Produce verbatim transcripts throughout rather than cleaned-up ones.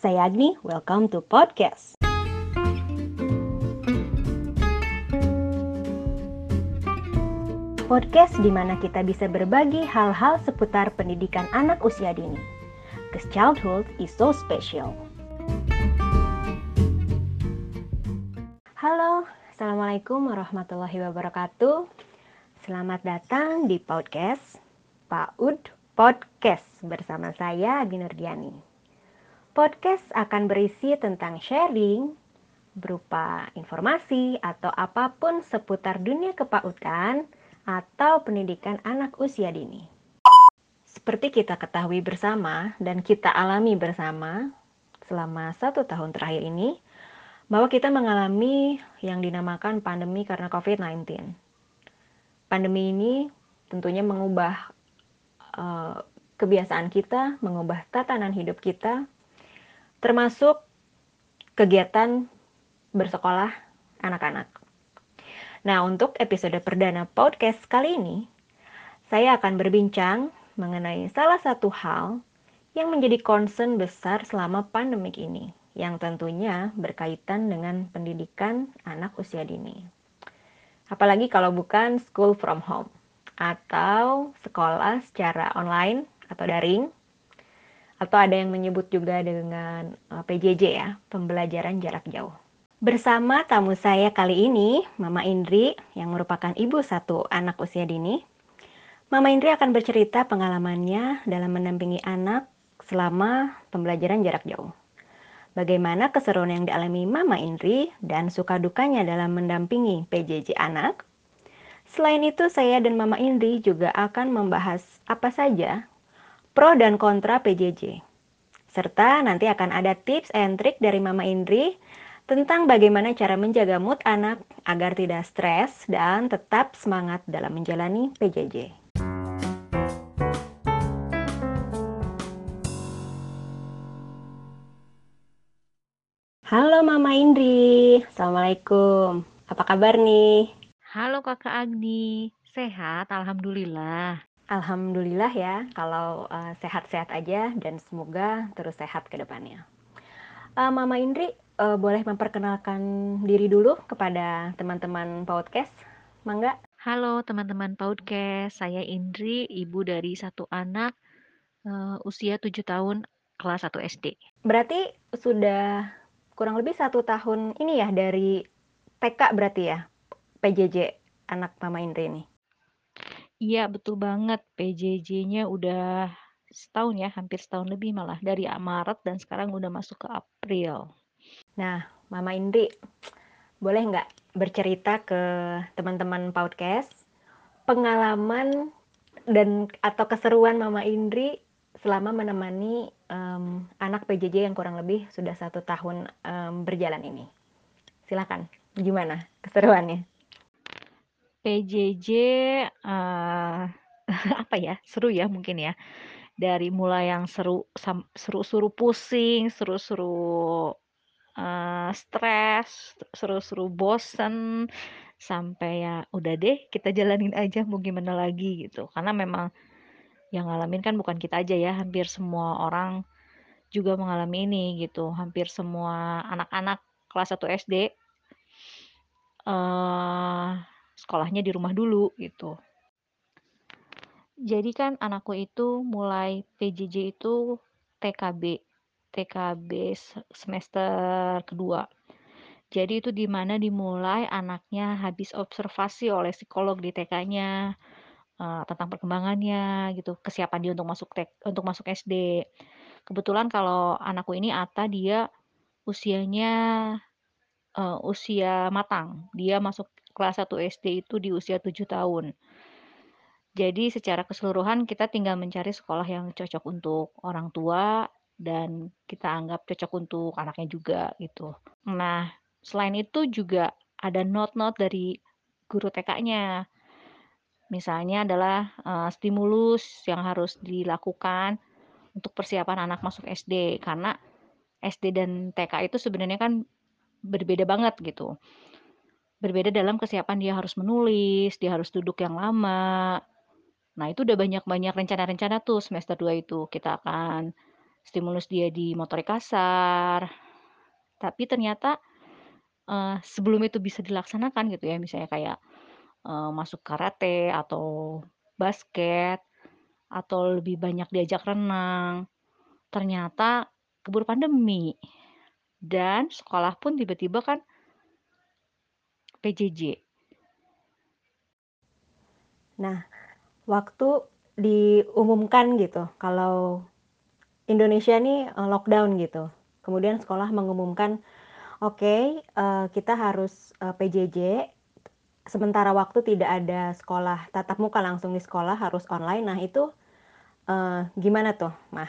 Saya Agni, welcome to podcast. Podcast di mana kita bisa berbagi hal-hal seputar pendidikan anak usia dini. Because childhood is so special. Halo, Assalamualaikum warahmatullahi wabarakatuh. Selamat datang di podcast PAUD Podcast bersama saya Agni Nurdiani. Podcast akan berisi tentang sharing berupa informasi atau apapun seputar dunia kepautan atau pendidikan anak usia dini. Seperti kita ketahui bersama dan kita alami bersama selama satu tahun terakhir ini, bahwa kita mengalami yang dinamakan pandemi karena covid sembilan belas. Pandemi ini tentunya mengubah uh, kebiasaan kita, mengubah tatanan hidup kita, termasuk kegiatan bersekolah anak-anak. Nah, untuk episode perdana podcast kali ini, saya akan berbincang mengenai salah satu hal yang menjadi concern besar selama pandemik ini, yang tentunya berkaitan dengan pendidikan anak usia dini. Apalagi kalau bukan school from home, atau sekolah secara online atau daring, atau ada yang menyebut juga dengan P J J ya, pembelajaran jarak jauh. Bersama tamu saya kali ini, Mama Indri, yang merupakan ibu satu anak usia dini. Mama Indri akan bercerita pengalamannya dalam mendampingi anak selama pembelajaran jarak jauh. Bagaimana keseruan yang dialami Mama Indri dan suka dukanya dalam mendampingi P J J anak. Selain itu, saya dan Mama Indri juga akan membahas apa saja pro dan kontra P J J. Serta nanti akan ada tips and trik dari Mama Indri tentang bagaimana cara menjaga mood anak agar tidak stres dan tetap semangat dalam menjalani P J J. Halo Mama Indri, Assalamualaikum. Apa kabar nih? Halo Kakak Agni, sehat Alhamdulillah. Alhamdulillah ya, kalau uh, sehat-sehat aja dan semoga terus sehat ke depannya. Uh, Mama Indri, uh, boleh memperkenalkan diri dulu kepada teman-teman podcast, Mangga? Halo teman-teman podcast, saya Indri, ibu dari satu anak uh, usia tujuh tahun, kelas satu S D. Berarti sudah kurang lebih satu tahun ini ya dari T K berarti ya, P J J anak Mama Indri ini? Iya betul banget, P J J-nya udah setahun ya, hampir setahun lebih malah, dari Maret dan sekarang udah masuk ke April. Nah, Mama Indri, boleh nggak bercerita ke teman-teman podcast pengalaman dan atau keseruan Mama Indri selama menemani um, anak P J J yang kurang lebih sudah satu tahun um, berjalan ini? Silakan, gimana keseruannya? P J J uh, apa ya, seru ya mungkin ya. Dari mulai yang seru, seru-seru pusing, seru-seru uh, stres, seru-seru bosen, sampai ya udah deh kita jalanin aja mau gimana lagi gitu. Karena memang yang ngalamin kan bukan kita aja ya, hampir semua orang juga mengalami ini gitu. Hampir semua anak-anak kelas satu S D uh, sekolahnya di rumah dulu gitu. Jadi kan anakku itu mulai P J J itu T K B, T K B semester kedua. Jadi itu di mana dimulai anaknya habis observasi oleh psikolog di T K-nya uh, tentang perkembangannya gitu, kesiapan dia untuk masuk tek, untuk masuk S D. Kebetulan kalau anakku ini Ata dia usianya uh, usia matang. Dia masuk kelas satu S D itu di usia tujuh tahun. Jadi secara keseluruhan kita tinggal mencari sekolah yang cocok untuk orang tua dan kita anggap cocok untuk anaknya juga gitu. Nah, selain itu juga ada note-note dari guru T K-nya. Misalnya adalah uh, stimulus yang harus dilakukan untuk persiapan anak masuk S D karena S D dan T K itu sebenarnya kan berbeda banget gitu. Berbeda dalam kesiapan dia harus menulis, dia harus duduk yang lama. Nah, itu udah banyak-banyak rencana-rencana tuh semester dua itu. Kita akan stimulus dia di motorik kasar. Tapi ternyata, eee, sebelum itu bisa dilaksanakan gitu ya, misalnya kayak, eee, masuk karate atau basket, atau lebih banyak diajak renang, ternyata keburu pandemi. Dan sekolah pun tiba-tiba kan P J J. Nah, waktu diumumkan gitu kalau Indonesia nih eh, lockdown gitu. Kemudian sekolah mengumumkan, oke, eh, kita harus eh, P J J. Sementara waktu tidak ada sekolah tatap muka langsung di sekolah, harus online. Nah itu eh, gimana tuh, Mah?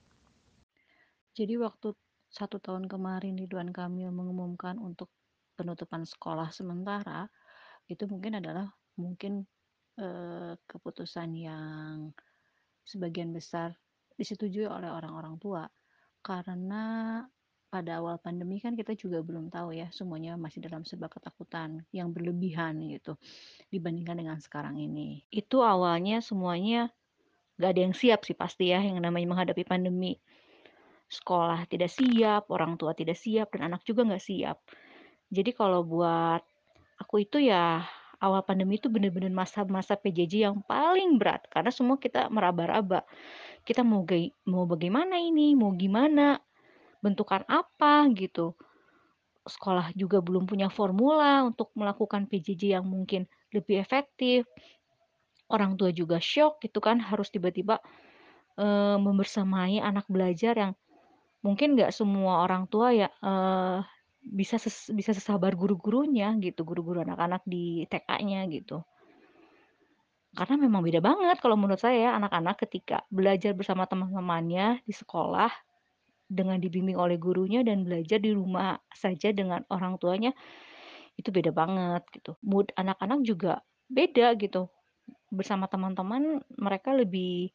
Jadi waktu satu tahun kemarin Ridwan Kamil mengumumkan untuk penutupan sekolah sementara, itu mungkin adalah mungkin eh, keputusan yang sebagian besar disetujui oleh orang-orang tua. Karena pada awal pandemi kan kita juga belum tahu ya, semuanya masih dalam serba ketakutan yang berlebihan gitu dibandingkan dengan sekarang ini. Itu awalnya semuanya gak ada yang siap sih pasti ya, yang namanya menghadapi pandemi. Sekolah tidak siap, orang tua tidak siap, dan anak juga nggak siap. Jadi kalau buat aku itu ya awal pandemi itu bener-bener masa-masa P J J yang paling berat karena semua kita meraba-raba. Kita mau gai- mau bagaimana ini, mau gimana, bentukan apa gitu. Sekolah juga belum punya formula untuk melakukan P J J yang mungkin lebih efektif. Orang tua juga shock gitu kan harus tiba-tiba eh, membersamai anak belajar yang mungkin nggak semua orang tua ya eh, bisa ses- bisa sesabar guru-gurunya gitu, guru-guru anak-anak di T K-nya gitu. Karena memang beda banget kalau menurut saya ya, anak-anak ketika belajar bersama teman-temannya di sekolah dengan dibimbing oleh gurunya dan belajar di rumah saja dengan orang tuanya itu beda banget gitu. Mood anak-anak juga beda gitu. Bersama teman-teman mereka lebih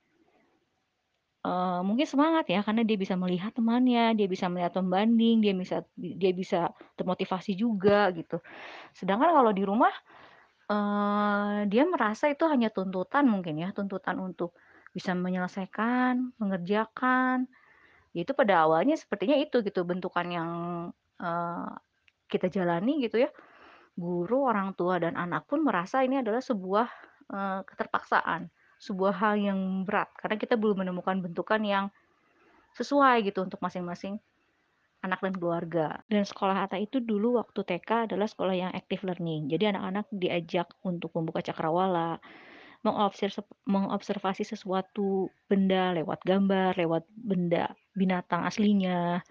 eh, mungkin semangat ya karena dia bisa melihat temannya, dia bisa melihat pembanding, dia bisa dia bisa termotivasi juga gitu. Sedangkan kalau di rumah eh, dia merasa itu hanya tuntutan mungkin ya, tuntutan untuk bisa menyelesaikan, mengerjakan. Ya itu pada awalnya sepertinya itu gitu bentukan yang eh, kita jalani gitu ya. Guru, orang tua dan anak pun merasa ini adalah sebuah eh, keterpaksaan, sebuah hal yang berat karena kita belum menemukan bentukan yang sesuai gitu untuk masing-masing anak dan keluarga. Dan sekolah Atta itu dulu waktu T K adalah sekolah yang active learning. Jadi anak-anak diajak untuk membuka cakrawala, mengobserv mengobservasi sesuatu benda lewat gambar, lewat benda binatang aslinya.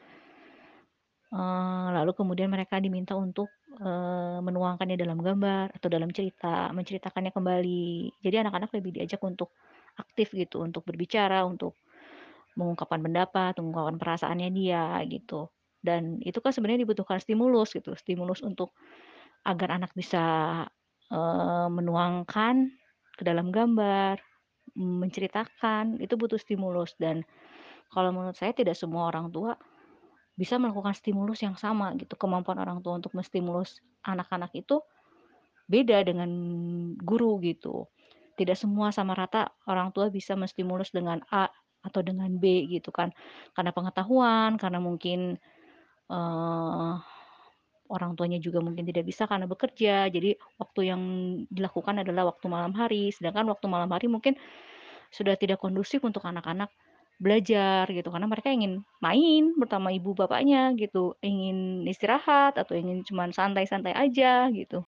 Eh, lalu kemudian mereka diminta untuk eh, menuangkannya dalam gambar atau dalam cerita, menceritakannya kembali. Jadi anak-anak lebih diajak untuk aktif gitu, untuk berbicara, untuk mengungkapkan pendapat, mengungkapkan perasaannya dia gitu. Dan itu kan sebenarnya dibutuhkan stimulus gitu, stimulus untuk agar anak bisa eh, menuangkan ke dalam gambar, menceritakan, itu butuh stimulus. Dan kalau menurut saya tidak semua orang tua bisa melakukan stimulus yang sama gitu. Kemampuan orang tua untuk menstimulus anak-anak itu beda dengan guru gitu. Tidak semua sama rata orang tua bisa menstimulus dengan A atau dengan B gitu kan. Karena pengetahuan, karena mungkin eh, orang tuanya juga mungkin tidak bisa karena bekerja. Jadi waktu yang dilakukan adalah waktu malam hari. Sedangkan waktu malam hari mungkin sudah tidak kondusif untuk anak-anak belajar gitu karena mereka ingin main bersama ibu bapaknya gitu, ingin istirahat atau ingin cuman santai-santai aja gitu.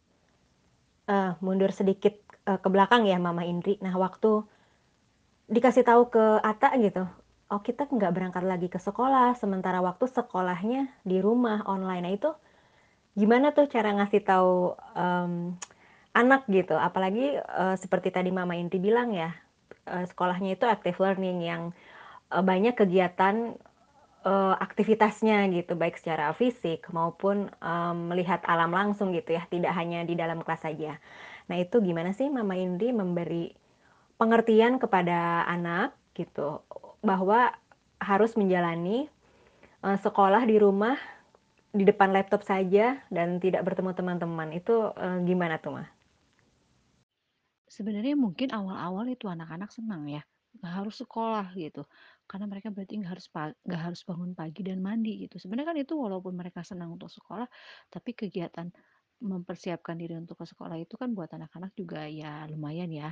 Eh, mundur sedikit eh, ke belakang ya, Mama Indri. Nah, waktu dikasih tahu ke Ata gitu, oh kita nggak berangkat lagi ke sekolah, sementara waktu sekolahnya di rumah online. Nah itu gimana tuh cara ngasih tahu em, anak gitu? Apalagi eh, seperti tadi Mama Indri bilang ya, eh, sekolahnya itu active learning yang eh, banyak kegiatan eh, aktivitasnya gitu, baik secara fisik maupun em, melihat alam langsung gitu ya, tidak hanya di dalam kelas saja. Nah itu gimana sih Mama Indri memberi pengertian kepada anak gitu bahwa harus menjalani eh, sekolah di rumah di depan laptop saja dan tidak bertemu teman-teman itu eh, gimana tuh Mah? Sebenarnya mungkin awal-awal itu anak-anak senang ya. nggak harus sekolah gitu, karena mereka berarti nggak harus pa nggak harus bangun pagi dan mandi gitu. Sebenarnya kan itu walaupun mereka senang untuk sekolah, tapi kegiatan mempersiapkan diri untuk ke sekolah itu kan buat anak-anak juga ya lumayan ya,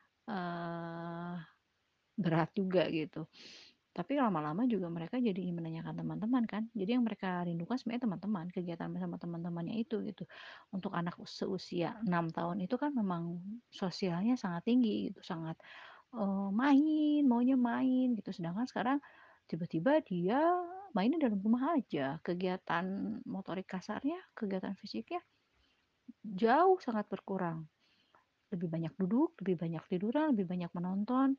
eee, berat juga gitu. Tapi lama-lama juga mereka jadi ingin menanyakan teman-teman kan, jadi yang mereka rindukan sebenarnya teman-teman, kegiatan bersama teman-temannya itu gitu. Untuk anak seusia enam tahun itu kan memang sosialnya sangat tinggi gitu, sangat, eee, main, maunya main gitu. Sedangkan sekarang tiba-tiba dia mainnya dalam rumah aja, kegiatan motorik kasarnya, kegiatan fisiknya jauh sangat berkurang. Lebih banyak duduk, lebih banyak tiduran, lebih banyak menonton,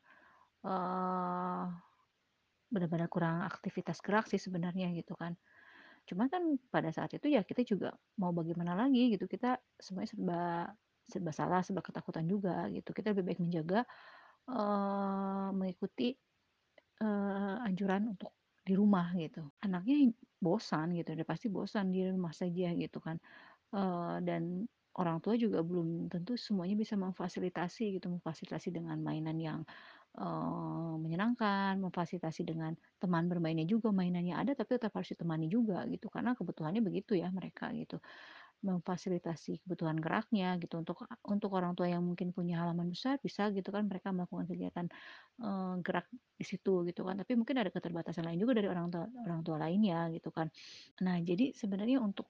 eee, benar-benar kurang aktivitas gerak sih sebenarnya gitu kan. Cuman kan pada saat itu ya kita juga mau bagaimana lagi gitu, kita semuanya serba serba salah, serba ketakutan juga gitu. Kita lebih baik menjaga, eee, mengikuti, eee, anjuran untuk di rumah gitu. Anaknya bosan gitu, udah pasti bosan di rumah saja gitu kan. Eee, dan orang tua juga belum tentu semuanya bisa memfasilitasi gitu, memfasilitasi dengan mainan yang, eee, menyenangkan, memfasilitasi dengan teman bermainnya juga, mainannya ada tapi tetap harus ditemani juga gitu, karena kebutuhannya begitu ya mereka gitu. Memfasilitasi kebutuhan geraknya gitu, untuk untuk orang tua yang mungkin punya halaman besar bisa gitu kan mereka melakukan kegiatan, eee, gerak di situ gitu kan, tapi mungkin ada keterbatasan lain juga dari orang tua orang tua lainnya gitu kan. Nah jadi sebenarnya untuk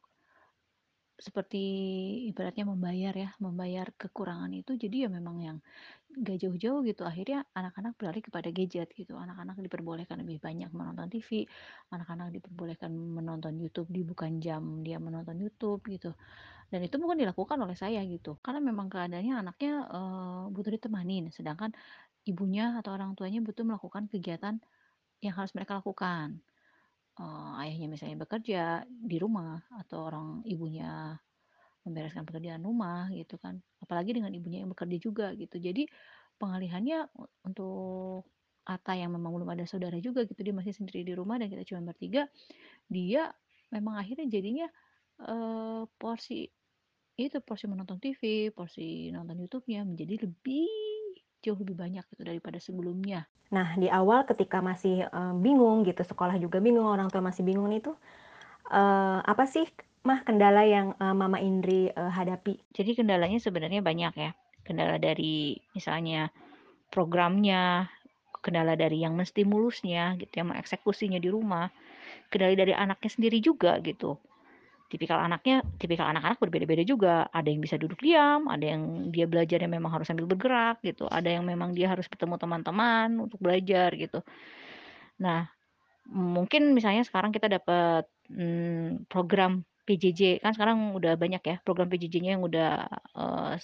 seperti ibaratnya membayar ya, membayar kekurangan itu jadi ya memang yang nggak jauh-jauh gitu, akhirnya anak-anak beralih kepada gadget gitu, anak-anak diperbolehkan lebih banyak menonton T V, anak-anak diperbolehkan menonton YouTube di bukan jam dia menonton YouTube gitu, dan itu bukan dilakukan oleh saya gitu, karena memang keadaannya anaknya, eee, butuh ditemanin, sedangkan ibunya atau orang tuanya butuh melakukan kegiatan yang harus mereka lakukan. Eee, ayahnya misalnya bekerja di rumah atau orang ibunya membereskan pekerjaan rumah gitu kan, apalagi dengan ibunya yang bekerja juga gitu. Jadi pengalihannya u untuk Atta yang memang belum ada saudara juga gitu, dia masih sendiri di rumah dan kita cuma bertiga, dia memang akhirnya jadinya, eee, porsi itu, porsi menonton T V, porsi nonton YouTube-nya menjadi lebih jauh lebih banyak gitu daripada sebelumnya. Nah, di awal ketika masih, eee, bingung gitu, sekolah juga bingung, orang tua masih bingung itu, eee, apa sih, Mah, kendala yang, eee, Mama Indri, eee, hadapi? Jadi kendalanya sebenarnya banyak ya, kendala dari misalnya programnya, kendala dari yang menstimulusnya gitu, yang mengeksekusinya di rumah, kendala dari anaknya sendiri juga gitu. Tipikal anaknya tipikal anak-anak berbeda-beda juga, ada yang bisa duduk diam, ada yang dia belajarnya memang harus sambil bergerak gitu, ada yang memang dia harus bertemu teman-teman untuk belajar gitu. Nah, mungkin misalnya sekarang kita dapat, mmm, program P J J, kan sekarang udah banyak ya program P J J-nya yang udah, eee,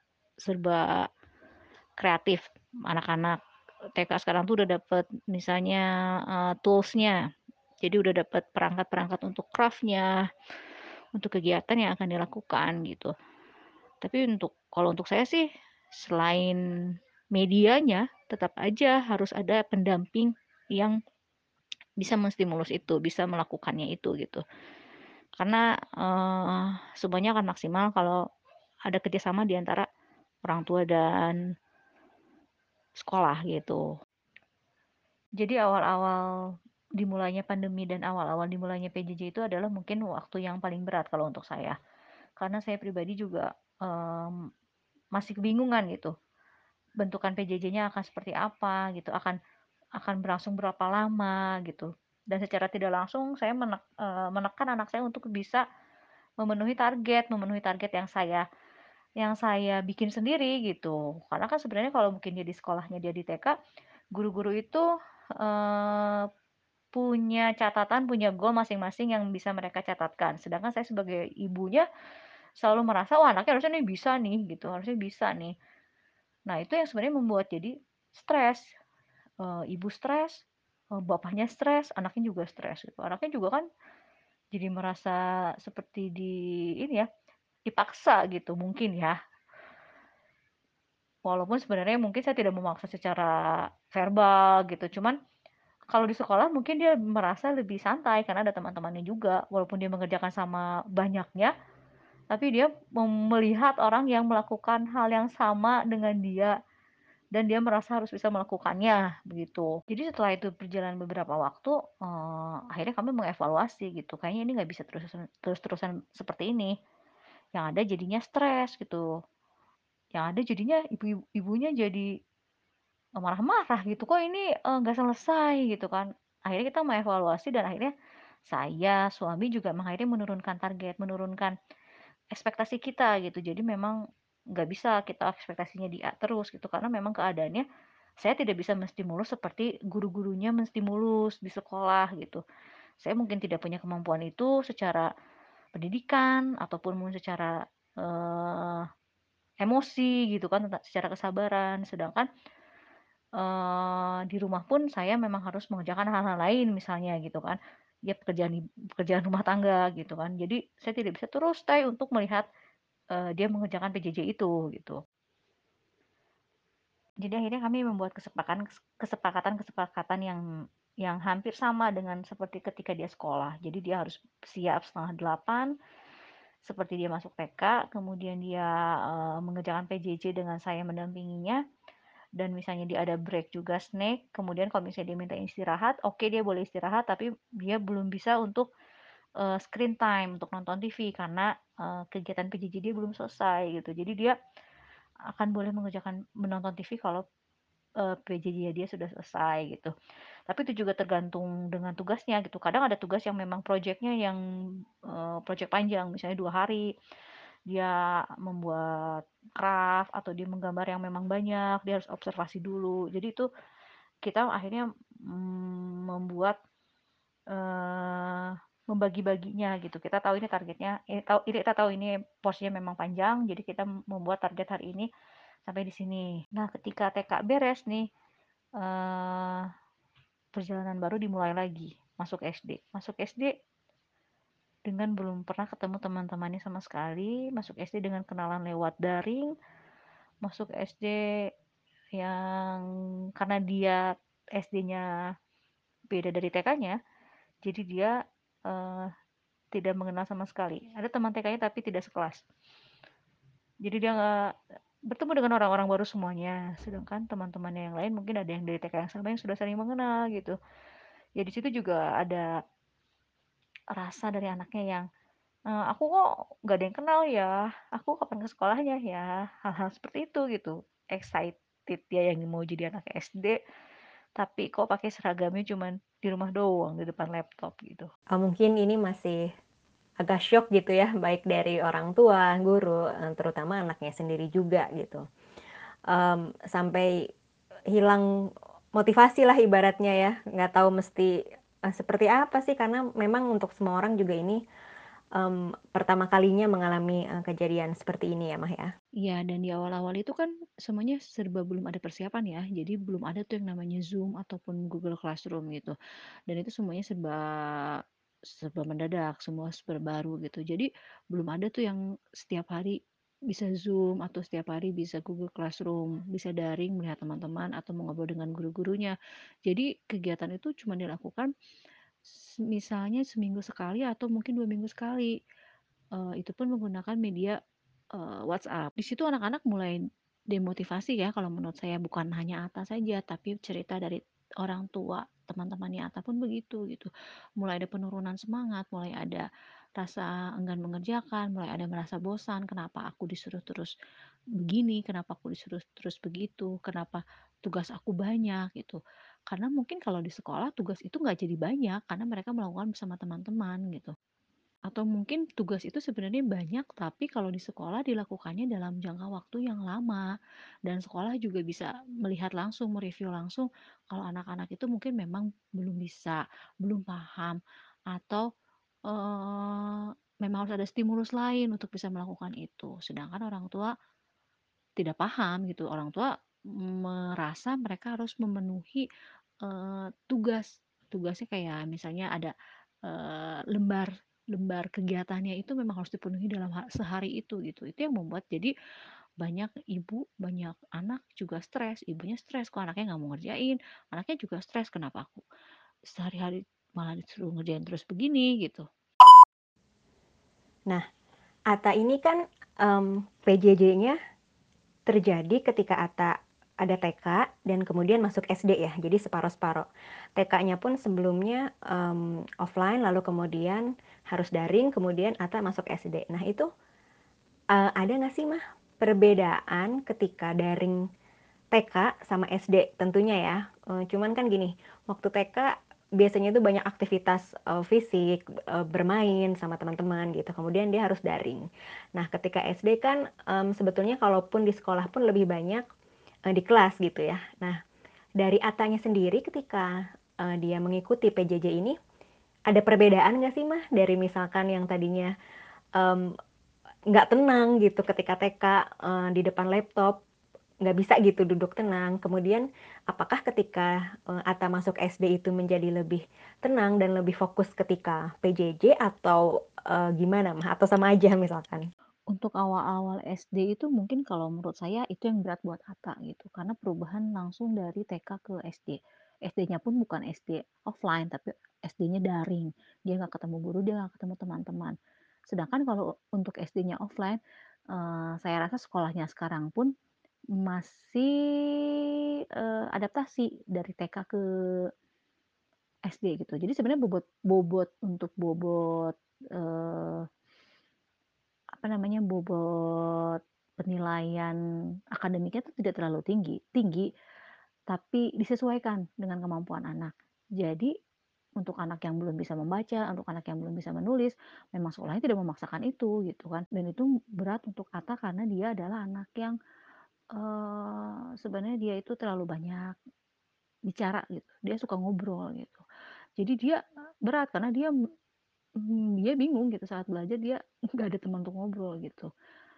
serba kreatif, anak-anak T K sekarang tuh udah dapet misalnya, eee, tools-nya, jadi udah dapet perangkat-perangkat untuk craft-nya, untuk kegiatan yang akan dilakukan gitu. Tapi untuk kalau untuk saya sih, selain medianya, tetap aja harus ada pendamping yang bisa menstimulus itu, bisa melakukannya itu gitu. Karena, eee, semuanya akan maksimal kalau ada kerjasama di antara orang tua dan sekolah gitu. Jadi awal-awal dimulainya pandemi dan awal-awal dimulainya P J J itu adalah mungkin waktu yang paling berat kalau untuk saya. Karena saya pribadi juga, mmm, masih kebingungan gitu, bentukan P J J-nya akan seperti apa gitu, akan akan berlangsung berapa lama gitu. Dan secara tidak langsung saya menek eee, menekan anak saya untuk bisa memenuhi target memenuhi target yang saya yang saya bikin sendiri gitu. Karena kan sebenarnya kalau mungkin dia di sekolahnya dia di T K, guru-guru itu, eee, punya catatan, punya goal masing-masing yang bisa mereka catatkan. Sedangkan saya sebagai ibunya selalu merasa, "Wah, anaknya harusnya nih bisa nih," gitu, "harusnya bisa nih." Nah, itu yang sebenarnya membuat jadi stres, eee, ibu stres, eee, bapaknya stres, anaknya juga stres gitu. Anaknya juga kan jadi merasa seperti di ini ya, dipaksa gitu mungkin ya. Walaupun sebenarnya mungkin saya tidak memaksa secara verbal gitu, cuman kalau di sekolah mungkin dia merasa lebih santai karena ada teman-temannya juga, walaupun dia mengerjakan sama banyaknya, tapi dia mem melihat orang yang melakukan hal yang sama dengan dia, dan dia merasa harus bisa melakukannya, begitu. Jadi setelah itu berjalan beberapa waktu, eee, akhirnya kami mengevaluasi gitu, kayaknya ini nggak bisa terus-terusan terus-terusan seperti ini, yang ada jadinya stres gitu, yang ada jadinya ibu ibunya jadi marah-marah gitu, "Kok ini, eee, nggak selesai?" Gitu kan. Akhirnya kita mengevaluasi dan akhirnya saya, suami juga meng akhirnya menurunkan target, menurunkan ekspektasi kita gitu. Jadi memang nggak bisa kita ekspektasinya di A terus gitu, karena memang keadaannya saya tidak bisa menstimulus seperti guru-gurunya menstimulus di sekolah gitu. Saya mungkin tidak punya kemampuan itu secara pendidikan ataupun mungkin secara, eee, emosi gitu kan, tentang secara kesabaran. Sedangkan, eee, di rumah pun saya memang harus mengerjakan hal-hal lain misalnya gitu kan, ya pekerjaan ib pekerjaan rumah tangga gitu kan. Jadi saya tidak bisa terus stay untuk melihat, eee, dia mengerjakan P J J itu gitu. Jadi akhirnya kami membuat kesepakatan kesepakatan-kesepakatan yang yang hampir sama dengan seperti ketika dia sekolah. Jadi dia harus siap setengah delapan, seperti dia masuk T K, kemudian dia, eee, mengerjakan P J J dengan saya mendampinginya, dan misalnya dia ada break juga snack, kemudian kalau misalnya dia minta istirahat, oke dia boleh istirahat, tapi dia belum bisa untuk, eee, screen time, untuk nonton T V karena, eee, kegiatan P J J dia belum selesai gitu. Jadi dia akan boleh mengerjakan menonton T V kalau, eee, P J J dia sudah selesai gitu. Tapi itu juga tergantung dengan tugasnya gitu. Kadang ada tugas yang memang projeknya yang, eee, projek panjang, misalnya dua hari, dia membuat craft atau dia menggambar yang memang banyak, dia harus observasi dulu. Jadi itu kita akhirnya, mmm, membuat, eee, membagi-baginya gitu. Kita tahu ini targetnya, eh, tahu ini kita tahu ini porsinya memang panjang, jadi kita membuat target hari ini sampai di sini. Nah, ketika T K beres nih, eee, perjalanan baru dimulai lagi, masuk S D. Masuk S D dengan belum pernah ketemu teman-temannya sama sekali, masuk S D dengan kenalan lewat daring, masuk S D yang karena dia S D-nya beda dari T K-nya, jadi dia, eee, tidak mengenal sama sekali. Ada teman T K-nya tapi tidak sekelas. Jadi dia nggak bertemu dengan orang-orang baru semuanya, sedangkan teman-temannya yang lain mungkin ada yang dari T K yang sama yang sudah saling mengenal gitu. Ya di situ juga ada rasa dari anaknya yang, eee, "Aku kok nggak ada yang kenal ya? Aku kapan ke sekolahnya ya?" Hal-hal seperti itu gitu. Excited dia yang mau jadi anak S D, tapi kok pakai seragamnya cuman di rumah doang, di depan laptop gitu. Oh, mungkin ini masih agak syok gitu ya, baik dari orang tua, guru, eee, terutama anaknya sendiri juga gitu. Mmm, sampai hilang motivasi lah ibaratnya ya, nggak tahu mesti, eee, seperti apa sih, karena memang untuk semua orang juga ini, mmm, pertama kalinya mengalami, eee, kejadian seperti ini ya, Mah, ya? Iya, dan di awal-awal itu kan semuanya serba belum ada persiapan ya. Jadi belum ada tuh yang namanya Zoom ataupun Google Classroom gitu. Dan itu semuanya serba serba mendadak, semua serba baru gitu. Jadi belum ada tuh yang setiap hari bisa Zoom atau setiap hari bisa Google Classroom, bisa daring melihat teman-teman atau mengobrol dengan guru-gurunya. Jadi kegiatan itu cuma dilakukan s- misalnya seminggu sekali atau mungkin dua minggu sekali. Eee, itu pun menggunakan media, eee, WhatsApp. Di situ anak-anak mulai demotivasi ya kalau menurut saya, bukan hanya Atta saja, tapi cerita dari orang tua, teman-temannya Atta pun begitu gitu. Mulai ada penurunan semangat, mulai ada rasa enggan mengerjakan, mulai ada merasa bosan, "Kenapa aku disuruh terus begini? Kenapa aku disuruh terus begitu? Kenapa tugas aku banyak?" Gitu. Karena mungkin kalau di sekolah tugas itu nggak jadi banyak, karena mereka melakukan bersama teman-teman gitu. Atau mungkin tugas itu sebenarnya banyak, tapi kalau di sekolah dilakukannya dalam jangka waktu yang lama. Dan sekolah juga bisa melihat langsung, mereview langsung kalau anak-anak itu mungkin memang belum bisa, belum paham, atau eh, memang harus ada stimulus lain untuk bisa melakukan itu. Sedangkan orang tua tidak paham gitu. Orang tua merasa mereka harus memenuhi eh, tugas. Tugasnya kayak misalnya ada eh, lembar lembar kegiatannya itu memang harus dipenuhi dalam sehari itu gitu. Itu yang membuat jadi banyak ibu, banyak anak juga stres. Ibunya stres kok anaknya nggak mau ngerjain, anaknya juga stres kenapa aku sehari-hari malah disuruh ngerjain terus begini gitu. Nah, Atta ini kan, mmm, P J J-nya terjadi ketika Atta ada T K dan kemudian masuk S D ya, jadi separuh-separuh. T K-nya pun sebelumnya um, offline, lalu kemudian harus daring, kemudian Ata masuk S D. Nah itu uh, ada nggak sih mah perbedaan ketika daring T K sama S D tentunya ya. Uh, cuman kan gini, waktu T K biasanya itu banyak aktivitas uh, fisik, uh, bermain sama teman-teman gitu. Kemudian dia harus daring. Nah, ketika S D kan um, sebetulnya kalaupun di sekolah pun lebih banyak uh, di kelas gitu ya. Nah, dari Atanya sendiri ketika uh, dia mengikuti P J J ini, ada perbedaan nggak sih mah dari misalkan yang tadinya um, nggak tenang gitu ketika T K uh, di depan laptop, nggak bisa gitu duduk tenang. Kemudian apakah ketika uh, Ata masuk S D itu menjadi lebih tenang dan lebih fokus ketika P J J atau uh, gimana mah? Atau sama aja misalkan? Untuk awal-awal S D itu mungkin kalau menurut saya itu yang berat buat Atta gitu, karena perubahan langsung dari T K ke S D. S D-nya pun bukan S D offline, tapi S D-nya daring. Dia nggak ketemu guru, dia nggak ketemu teman-teman. Sedangkan kalau untuk S D-nya offline, eh, saya rasa sekolahnya sekarang pun masih eh, adaptasi dari T K ke S D gitu. Jadi sebenarnya bobot bobot untuk bobot eh, apa namanya, bobot penilaian akademiknya itu tidak terlalu tinggi tinggi, tapi disesuaikan dengan kemampuan anak. Jadi, untuk anak yang belum bisa membaca, untuk anak yang belum bisa menulis, memang sekolahnya tidak memaksakan itu, gitu kan. Dan itu berat untuk Atta karena dia adalah anak yang, eee, sebenarnya dia itu terlalu banyak bicara gitu, dia suka ngobrol gitu. Jadi dia berat karena dia, mmm, dia bingung gitu saat belajar, dia nggak ada teman untuk ngobrol gitu.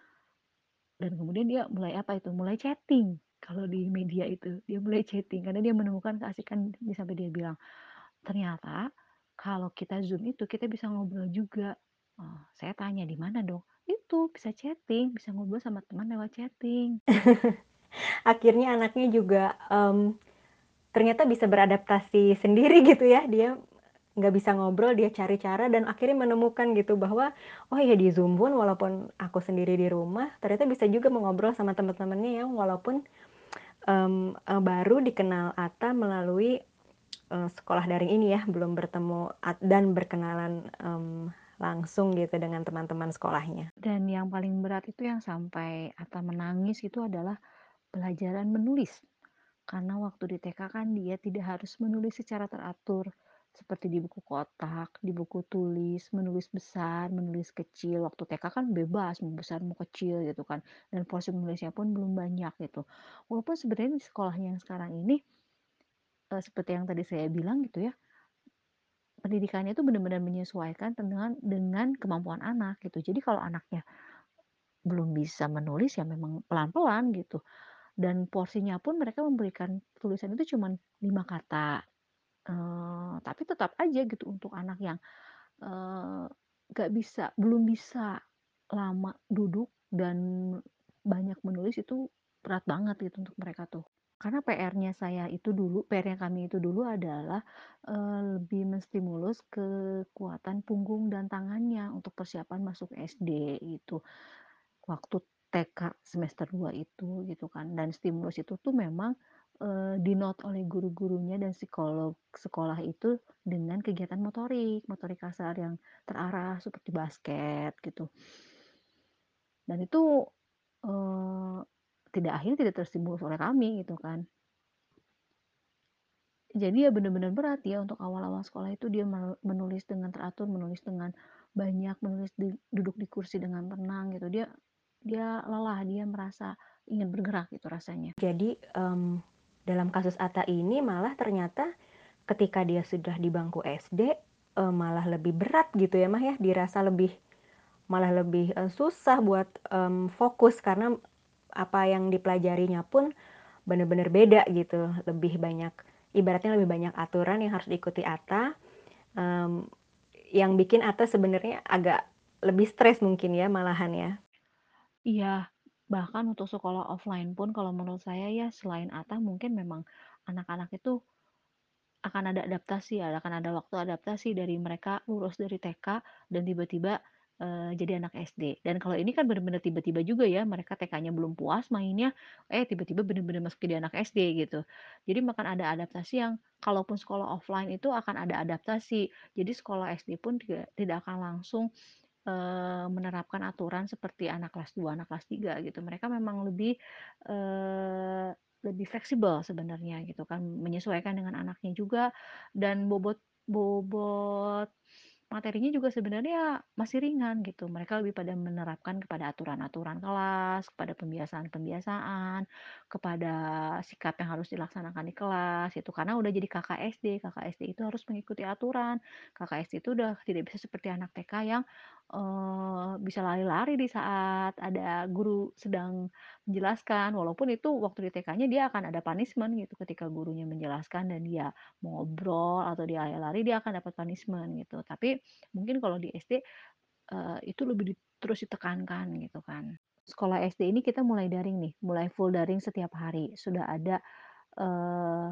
Dan kemudian dia mulai apa itu, mulai chatting. Kalau di media itu, dia mulai chatting karena dia menemukan keasikan sampai dia bilang, "Ternyata kalau kita Zoom itu kita bisa ngobrol juga." Oh, saya tanya, "Di mana dong?" "Itu, bisa chatting, bisa ngobrol sama teman lewat chatting." Akhirnya anaknya juga um, ternyata bisa beradaptasi sendiri gitu ya. Dia nggak bisa ngobrol, dia cari cara dan akhirnya menemukan gitu bahwa oh ya di Zoom pun walaupun aku sendiri di rumah ternyata bisa juga mengobrol sama teman-temannya yang walaupun um, uh, baru dikenal Ata melalui uh, sekolah daring ini ya, belum bertemu dan berkenalan um, langsung gitu dengan teman-teman sekolahnya. Dan yang paling berat itu yang sampai Atta menangis itu adalah pelajaran menulis. Karena waktu di T K kan dia tidak harus menulis secara teratur, seperti di buku kotak, di buku tulis, menulis besar, menulis kecil. Waktu T K kan bebas, mau besar mau kecil gitu kan. Dan porsi menulisnya pun belum banyak gitu. Walaupun sebenarnya di sekolahnya yang sekarang ini, eh, seperti yang tadi saya bilang gitu ya, pendidikannya itu benar-benar menyesuaikan dengan dengan kemampuan anak gitu. Jadi kalau anaknya belum bisa menulis ya memang pelan-pelan gitu. Dan porsinya pun mereka memberikan tulisan itu cuma lima kata. Eee, tapi tetap aja gitu untuk anak yang, eee, nggak bisa belum bisa lama duduk dan banyak menulis itu berat banget gitu untuk mereka tuh. Karena P R-nya saya itu dulu, P R-nya kami itu dulu adalah, eee, lebih menstimulus kekuatan punggung dan tangannya untuk persiapan masuk S D gitu. Waktu T K semester dua itu gitu kan, dan stimulus itu tuh memang, eee, di-note oleh guru-gurunya dan psikolog sekolah itu dengan kegiatan motorik, motorik kasar yang terarah seperti basket gitu. Dan itu, eee, tidak akhirnya tidak terstimulus oleh kami gitu kan. Jadi ya benar-benar berat ya untuk awal-awal sekolah itu dia menulis dengan teratur, menulis dengan banyak, menulis di duduk di kursi dengan tenang gitu. Dia dia lelah, dia merasa ingin bergerak gitu rasanya. Jadi um, dalam kasus Ata ini malah ternyata ketika dia sudah di bangku S D um, malah lebih berat gitu ya mah ya, dirasa lebih malah lebih uh, susah buat um, fokus karena apa yang dipelajarinya pun benar-benar beda gitu, lebih banyak ibaratnya lebih banyak aturan yang harus diikuti Ata, um, yang bikin Ata sebenarnya agak lebih stres mungkin ya malahan ya. Iya, bahkan untuk sekolah offline pun kalau menurut saya ya selain Ata mungkin memang anak-anak itu akan ada adaptasi ya, akan ada waktu adaptasi dari mereka lulus dari T K dan tiba-tiba eee, jadi anak S D. Dan kalau ini kan bener-bener tiba-tiba juga ya, mereka T K-nya belum puas mainnya, eh tiba-tiba bener-bener masuk jadi anak S D gitu. Jadi makan ada adaptasi yang kalaupun sekolah offline itu akan ada adaptasi. Jadi sekolah S D pun tidak tidak akan langsung, eee, menerapkan aturan seperti anak kelas dua, anak kelas tiga gitu. Mereka memang lebih, eee, lebih fleksibel sebenarnya gitu kan, menyesuaikan dengan anaknya juga dan bobot bobot materinya juga sebenarnya masih ringan gitu. Mereka lebih pada menerapkan kepada aturan-aturan kelas, kepada pembiasaan-pembiasaan, kepada sikap yang harus dilaksanakan di kelas itu. Karena udah jadi kakak S D, kakak S D itu harus mengikuti aturan. Kakak S D itu udah tidak bisa seperti anak T K yang eh, bisa lari-lari di saat ada guru sedang menjelaskan. Walaupun itu waktu di T K-nya dia akan ada punishment gitu ketika gurunya menjelaskan dan dia mau ngobrol atau dia lari-lari dia akan dapat punishment gitu. Tapi mungkin kalau di S D, eee, itu lebih di terus ditekankan gitu kan. Sekolah S D ini kita mulai daring nih, mulai full daring setiap hari. Sudah ada, eee,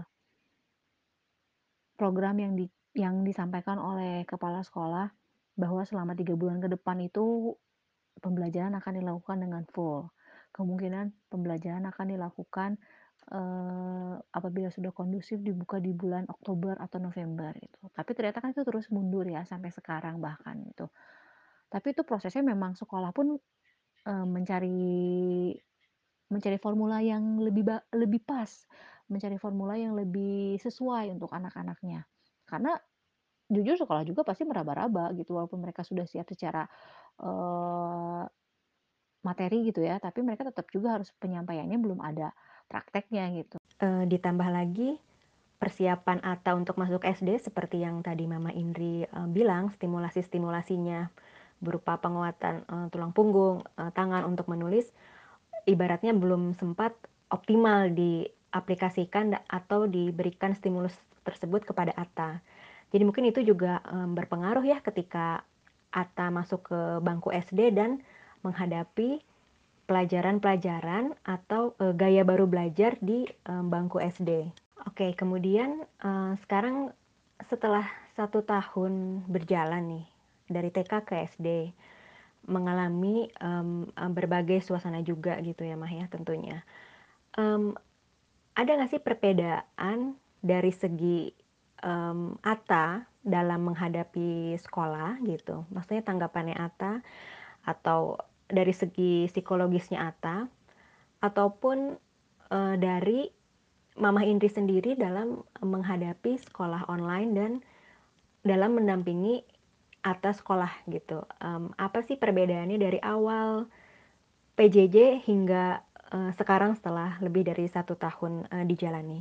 program yang di yang disampaikan oleh kepala sekolah bahwa selama tiga bulan ke depan itu pembelajaran akan dilakukan dengan full. Kemungkinan pembelajaran akan dilakukan, eee, apabila sudah kondusif dibuka di bulan Oktober atau November gitu. Tapi ternyata kan itu terus mundur ya sampai sekarang bahkan gitu. Tapi itu prosesnya memang sekolah pun, eee, mencari mencari formula yang lebih ba lebih pas, mencari formula yang lebih sesuai untuk anak-anaknya. Karena jujur sekolah juga pasti meraba-raba gitu walaupun mereka sudah siap secara, eee, materi gitu ya, tapi mereka tetap juga harus penyampaiannya belum ada prakteknya gitu. Eee, ditambah lagi persiapan Atta untuk masuk S D seperti yang tadi Mama Indri, eee, bilang stimulasi-stimulasinya berupa penguatan, eee, tulang punggung, eee, tangan untuk menulis, ibaratnya belum sempat optimal diaplikasikan atau diberikan stimulus tersebut kepada Atta. Jadi mungkin itu juga, mmm, berpengaruh ya ketika Atta masuk ke bangku S D dan menghadapi pelajaran-pelajaran atau, eee, gaya baru belajar di, eee, bangku S D. Oke, kemudian, eee, sekarang setelah satu tahun berjalan nih, dari T K ke S D, mengalami, mmm, eee, berbagai suasana juga gitu ya, Mah, ya tentunya. Mmm, ada nggak sih perbedaan dari segi, mmm, Atta dalam menghadapi sekolah gitu? Maksudnya tanggapannya Atta atau dari segi psikologisnya Atta, ataupun, eee, dari Mamah Indri sendiri dalam menghadapi sekolah online dan dalam mendampingi Atta sekolah gitu. Mmm, apa sih perbedaannya dari awal P J J hingga, eee, sekarang setelah lebih dari satu tahun, eee, dijalani?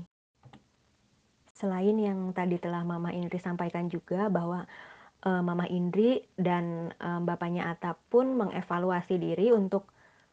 Selain yang tadi telah Mama Indri sampaikan juga bahwa, eee, Mama Indri dan, eee, bapaknya Atta pun mengevaluasi diri untuk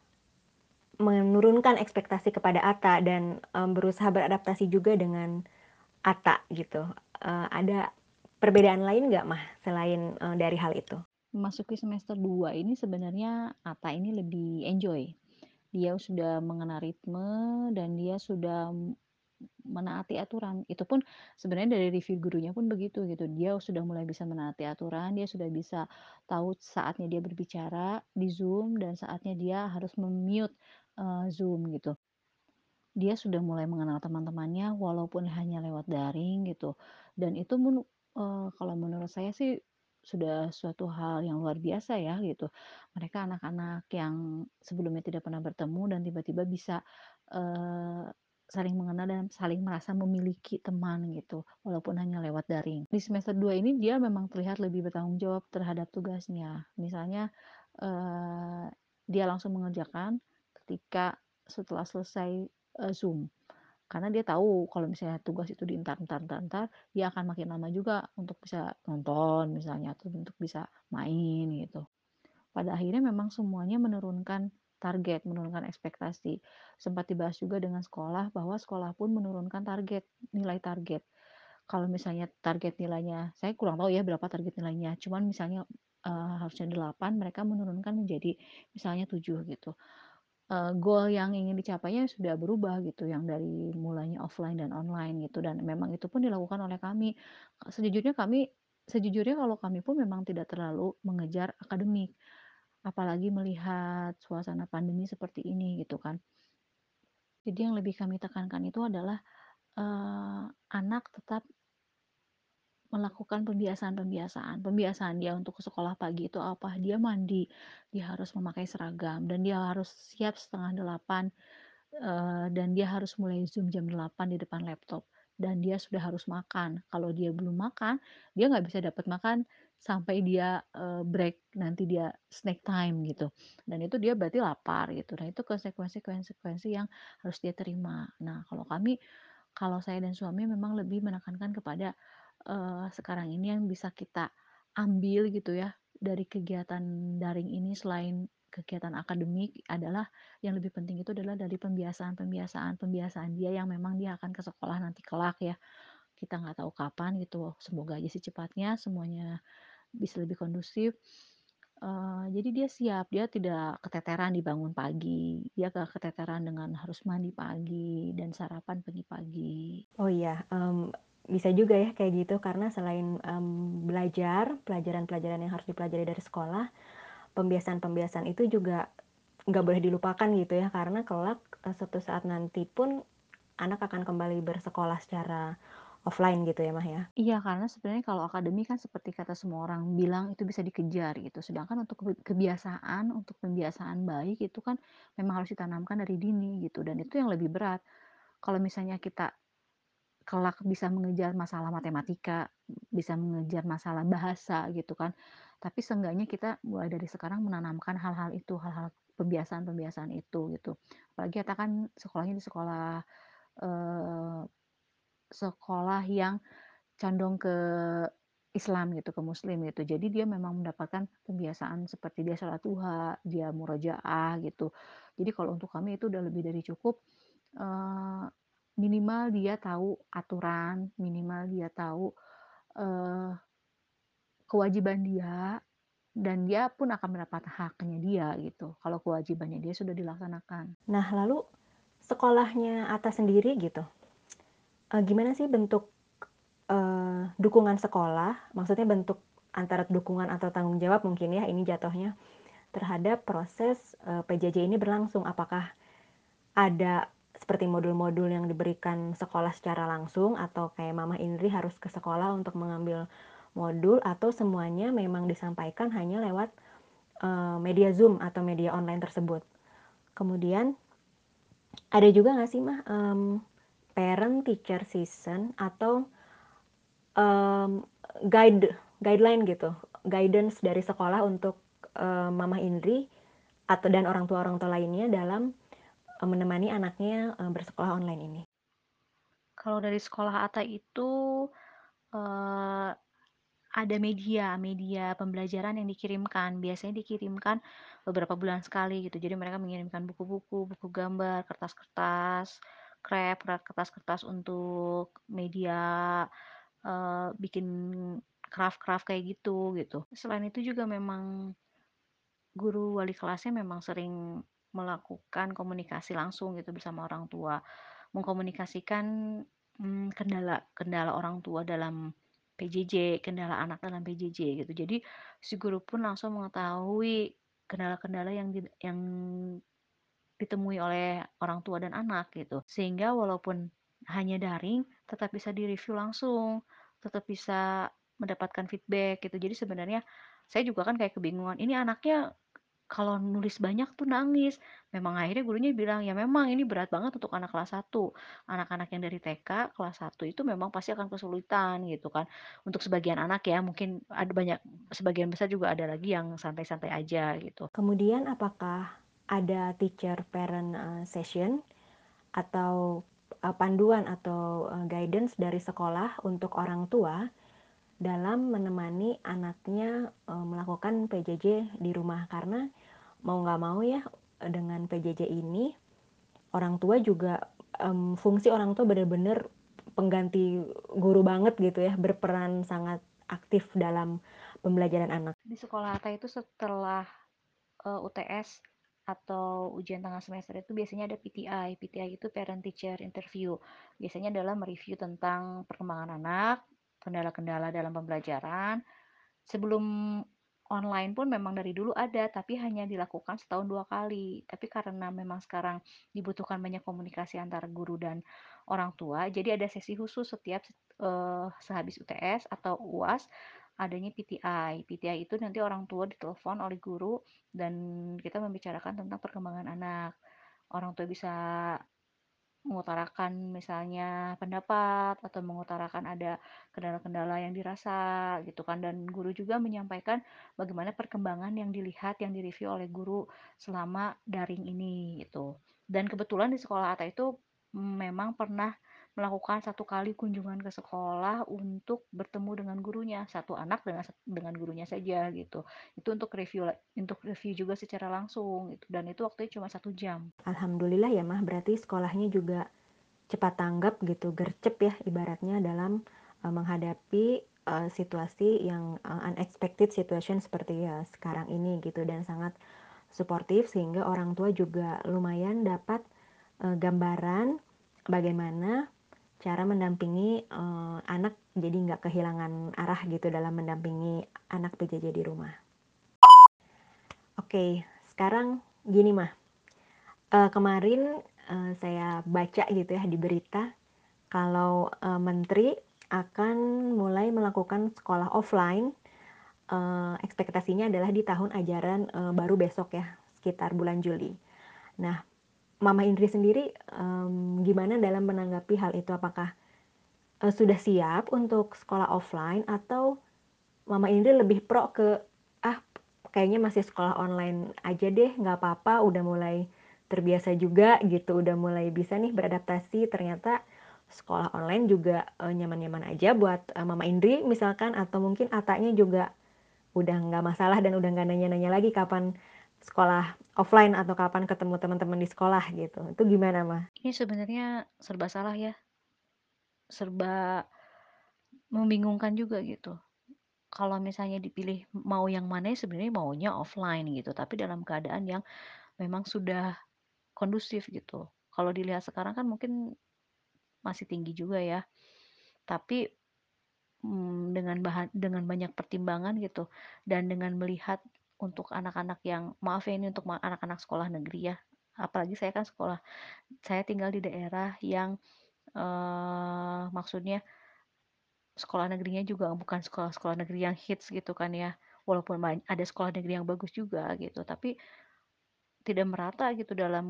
menurunkan ekspektasi kepada Atta dan, mmm, berusaha beradaptasi juga dengan Atta gitu. Eee, ada perbedaan lain nggak, Mah, selain, eee, dari hal itu? Memasuki semester dua ini sebenarnya Atta ini lebih enjoy. Dia sudah mengenal ritme dan dia sudah menaati aturan. Itu pun sebenarnya dari review gurunya pun begitu gitu. Dia sudah mulai bisa menaati aturan, dia sudah bisa tahu saatnya dia berbicara di Zoom dan saatnya dia harus mute Zoom gitu. Dia sudah mulai mengenal teman-temannya walaupun hanya lewat daring gitu. Dan itu menu eee, kalau menurut saya sih sudah suatu hal yang luar biasa ya gitu. Mereka anak-anak yang sebelumnya tidak pernah bertemu dan tiba-tiba bisa, eee, saling mengenal dan saling merasa memiliki teman gitu, walaupun hanya lewat daring. Di semester dua ini dia memang terlihat lebih bertanggung jawab terhadap tugasnya. Misalnya, eee, dia langsung mengerjakan ketika setelah selesai eee, Zoom. Karena dia tahu kalau misalnya tugas itu dientar entar entar entar, dia akan makin lama juga untuk bisa nonton misalnya atau untuk bisa main gitu. Pada akhirnya memang semuanya menurunkan target, menurunkan ekspektasi. Sempat dibahas juga dengan sekolah bahwa sekolah pun menurunkan target, nilai target. Kalau misalnya target nilainya, saya kurang tahu ya berapa target nilainya, cuman misalnya, eee, harusnya delapan, mereka menurunkan menjadi misalnya tujuh gitu. Eee, goal yang ingin dicapainya sudah berubah gitu, yang dari mulanya offline dan online gitu, dan memang itu pun dilakukan oleh kami. Sejujurnya kami Sejujurnya kalau kami pun memang tidak terlalu mengejar akademik, apalagi melihat suasana pandemi seperti ini gitu kan. Jadi yang lebih kami tekankan itu adalah, eee, anak tetap melakukan pembiasaan-pembiasaan. Pembiasaan dia untuk ke sekolah pagi itu apa, dia mandi, dia harus memakai seragam, dan dia harus siap setengah delapan. Eee, dan dia harus mulai Zoom jam delapan di depan laptop, dan dia sudah harus makan. Kalau dia belum makan, dia nggak bisa dapat makan sampai dia, eee, break, nanti dia snack time gitu. Dan itu dia berarti lapar gitu. Nah, itu konsekuensi-konsekuensi yang harus dia terima. Nah, kalau kami kalau saya dan suami memang lebih menekankan kepada, eee, sekarang ini yang bisa kita ambil gitu ya, dari kegiatan daring ini selain kegiatan akademik adalah yang lebih penting itu adalah dari pembiasaan-pembiasaan pembiasaan dia yang memang dia akan ke sekolah nanti kelak ya. Kita nggak tahu kapan gitu, semoga aja secepatnya semuanya bisa lebih kondusif. Eee, jadi dia siap, dia tidak keteteran dibangun pagi, dia gak keteteran dengan harus mandi pagi dan sarapan pagi-pagi. Oh iya, mmm, bisa juga ya kayak gitu karena selain, mmm, belajar, pelajaran-pelajaran yang harus dipelajari dari sekolah, pembiasaan-pembiasaan itu juga nggak boleh dilupakan gitu ya karena kelak, eee, suatu saat nanti pun anak akan kembali bersekolah secara offline gitu ya, Mah, ya? Iya, karena sebenarnya kalau akademi kan seperti kata semua orang bilang itu bisa dikejar gitu, sedangkan untuk kebe kebiasaan, untuk pembiasaan baik itu kan memang harus ditanamkan dari dini gitu, dan itu yang lebih berat. Kalau misalnya kita kelak bisa mengejar masalah matematika, bisa mengejar masalah bahasa gitu kan, tapi seenggaknya kita mulai dari sekarang menanamkan hal-hal itu, hal-hal pembiasaan-pembiasaan itu gitu. Apalagi kita kan sekolahnya di sekolah, eee, sekolah yang condong ke Islam gitu, ke Muslim gitu. Jadi dia memang mendapatkan pembiasaan seperti dia sholat duha, dia murojaah gitu. Jadi kalau untuk kami itu udah lebih dari cukup, eee, minimal dia tahu aturan, minimal dia tahu, eee, kewajiban dia, dan dia pun akan mendapat haknya dia gitu, kalau kewajibannya dia sudah dilaksanakan. Nah, lalu sekolahnya Atta sendiri gitu, eee, gimana sih bentuk, eee, dukungan sekolah? Maksudnya bentuk antara dukungan atau tanggung jawab mungkin ya ini jatuhnya, terhadap proses, eee, P J J ini berlangsung. Apakah ada seperti modul-modul yang diberikan sekolah secara langsung atau kayak Mama Indri harus ke sekolah untuk mengambil modul atau semuanya memang disampaikan hanya lewat, eee, media Zoom atau media online tersebut? Kemudian ada juga nggak sih, Mah, mmm, parent teacher season atau, mmm, guide guideline gitu, guidance dari sekolah untuk, eee, Mama Indri atau dan orang tua-orang tua lainnya dalam, eee, menemani anaknya, eee, bersekolah online ini? Kalau dari sekolah Atta itu, eee, ada media media pembelajaran yang dikirimkan, biasanya dikirimkan beberapa bulan sekali gitu. Jadi mereka mengirimkan buku-buku, buku gambar, kertas-kertas, krep, kertas-kertas untuk media, eee, bikin craft-craft kayak gitu, gitu. Selain itu juga memang guru wali kelasnya memang sering melakukan komunikasi langsung gitu bersama orang tua, mengkomunikasikan, mmm, kendala kendala orang tua dalam P J J, kendala anak dalam P J J gitu. Jadi si guru pun langsung mengetahui kendala-kendala yang di yang ditemui oleh orang tua dan anak gitu. Sehingga walaupun hanya daring, tetap bisa direview langsung, tetap bisa mendapatkan feedback gitu. Jadi sebenarnya saya juga kan kayak kebingungan, ini anaknya kalau nulis banyak tuh nangis. Memang akhirnya gurunya bilang, "Ya memang ini berat banget untuk anak kelas satu. Anak-anak yang dari T K kelas satu itu memang pasti akan kesulitan," gitu kan. Untuk sebagian anak ya, mungkin ada banyak sebagian besar juga ada lagi yang santai-santai aja gitu. Kemudian apakah ada teacher parent, eee, session atau, eee, panduan atau, eee, guidance dari sekolah untuk orang tua dalam menemani anaknya, eee, melakukan P J J di rumah? Karena mau nggak mau ya, eee, dengan P J J ini orang tua juga, mmm, fungsi orang tua benar-benar pengganti guru banget gitu ya, berperan sangat aktif dalam pembelajaran anak. Di sekolah Atta itu setelah, eee, U T S atau ujian tengah semester itu biasanya ada P T I. P T I itu parent teacher interview. Biasanya adalah mereview tentang perkembangan anak, kendala-kendala dalam pembelajaran. Sebelum online pun memang dari dulu ada, tapi hanya dilakukan setahun dua kali. Tapi karena memang sekarang dibutuhkan banyak komunikasi antara guru dan orang tua, jadi ada sesi khusus setiap uh, sehabis U T S atau U A S adanya P T I. P T I itu nanti orang tua ditelepon oleh guru dan kita membicarakan tentang perkembangan anak. Orang tua bisa mengutarakan misalnya pendapat atau mengutarakan ada kendala-kendala yang dirasa gitu kan, dan guru juga menyampaikan bagaimana perkembangan yang dilihat, yang direview oleh guru selama daring ini gitu. Dan kebetulan di sekolah Ata itu memang pernah melakukan satu kali kunjungan ke sekolah untuk bertemu dengan gurunya, satu anak dengan dengan gurunya saja gitu. Itu untuk review untuk review juga secara langsung gitu, dan itu waktunya cuma satu jam. Alhamdulillah ya Mah, berarti sekolahnya juga cepat tanggap gitu, gercep ya ibaratnya dalam uh, menghadapi uh, situasi yang uh, unexpected situation seperti ya sekarang ini gitu, dan sangat suportif sehingga orang tua juga lumayan dapat uh, gambaran bagaimana cara mendampingi uh, anak jadi nggak kehilangan arah gitu dalam mendampingi anak P J J di rumah. Oke, sekarang gini Mah, uh, kemarin uh, saya baca gitu ya di berita kalau uh, menteri akan mulai melakukan sekolah offline. Uh, ekspektasinya adalah di tahun ajaran uh, baru besok ya, sekitar bulan Juli. Nah, Mama Indri sendiri um, gimana dalam menanggapi hal itu? Apakah uh, sudah siap untuk sekolah offline, atau Mama Indri lebih pro ke ah kayaknya masih sekolah online aja deh, nggak apa-apa, udah mulai terbiasa juga gitu, udah mulai bisa nih beradaptasi, ternyata sekolah online juga uh, nyaman-nyaman aja buat uh, Mama Indri misalkan, atau mungkin Atanya juga udah nggak masalah dan udah nggak nanya-nanya lagi kapan sekolah offline atau kapan ketemu teman-teman di sekolah gitu. Itu gimana, Mah? Ini sebenarnya serba salah ya, serba membingungkan juga gitu. Kalau misalnya dipilih mau yang mana, ya sebenarnya maunya offline gitu, tapi dalam keadaan yang memang sudah kondusif gitu. Kalau dilihat sekarang kan mungkin masih tinggi juga ya, tapi mm, dengan bahan dengan banyak pertimbangan gitu, dan dengan melihat untuk anak-anak yang, maaf ya ini untuk anak-anak sekolah negeri ya, apalagi saya kan sekolah, saya tinggal di daerah yang eh, maksudnya sekolah negerinya juga bukan sekolah-sekolah negeri yang hits gitu kan ya, walaupun ada sekolah negeri yang bagus juga gitu, tapi tidak merata gitu dalam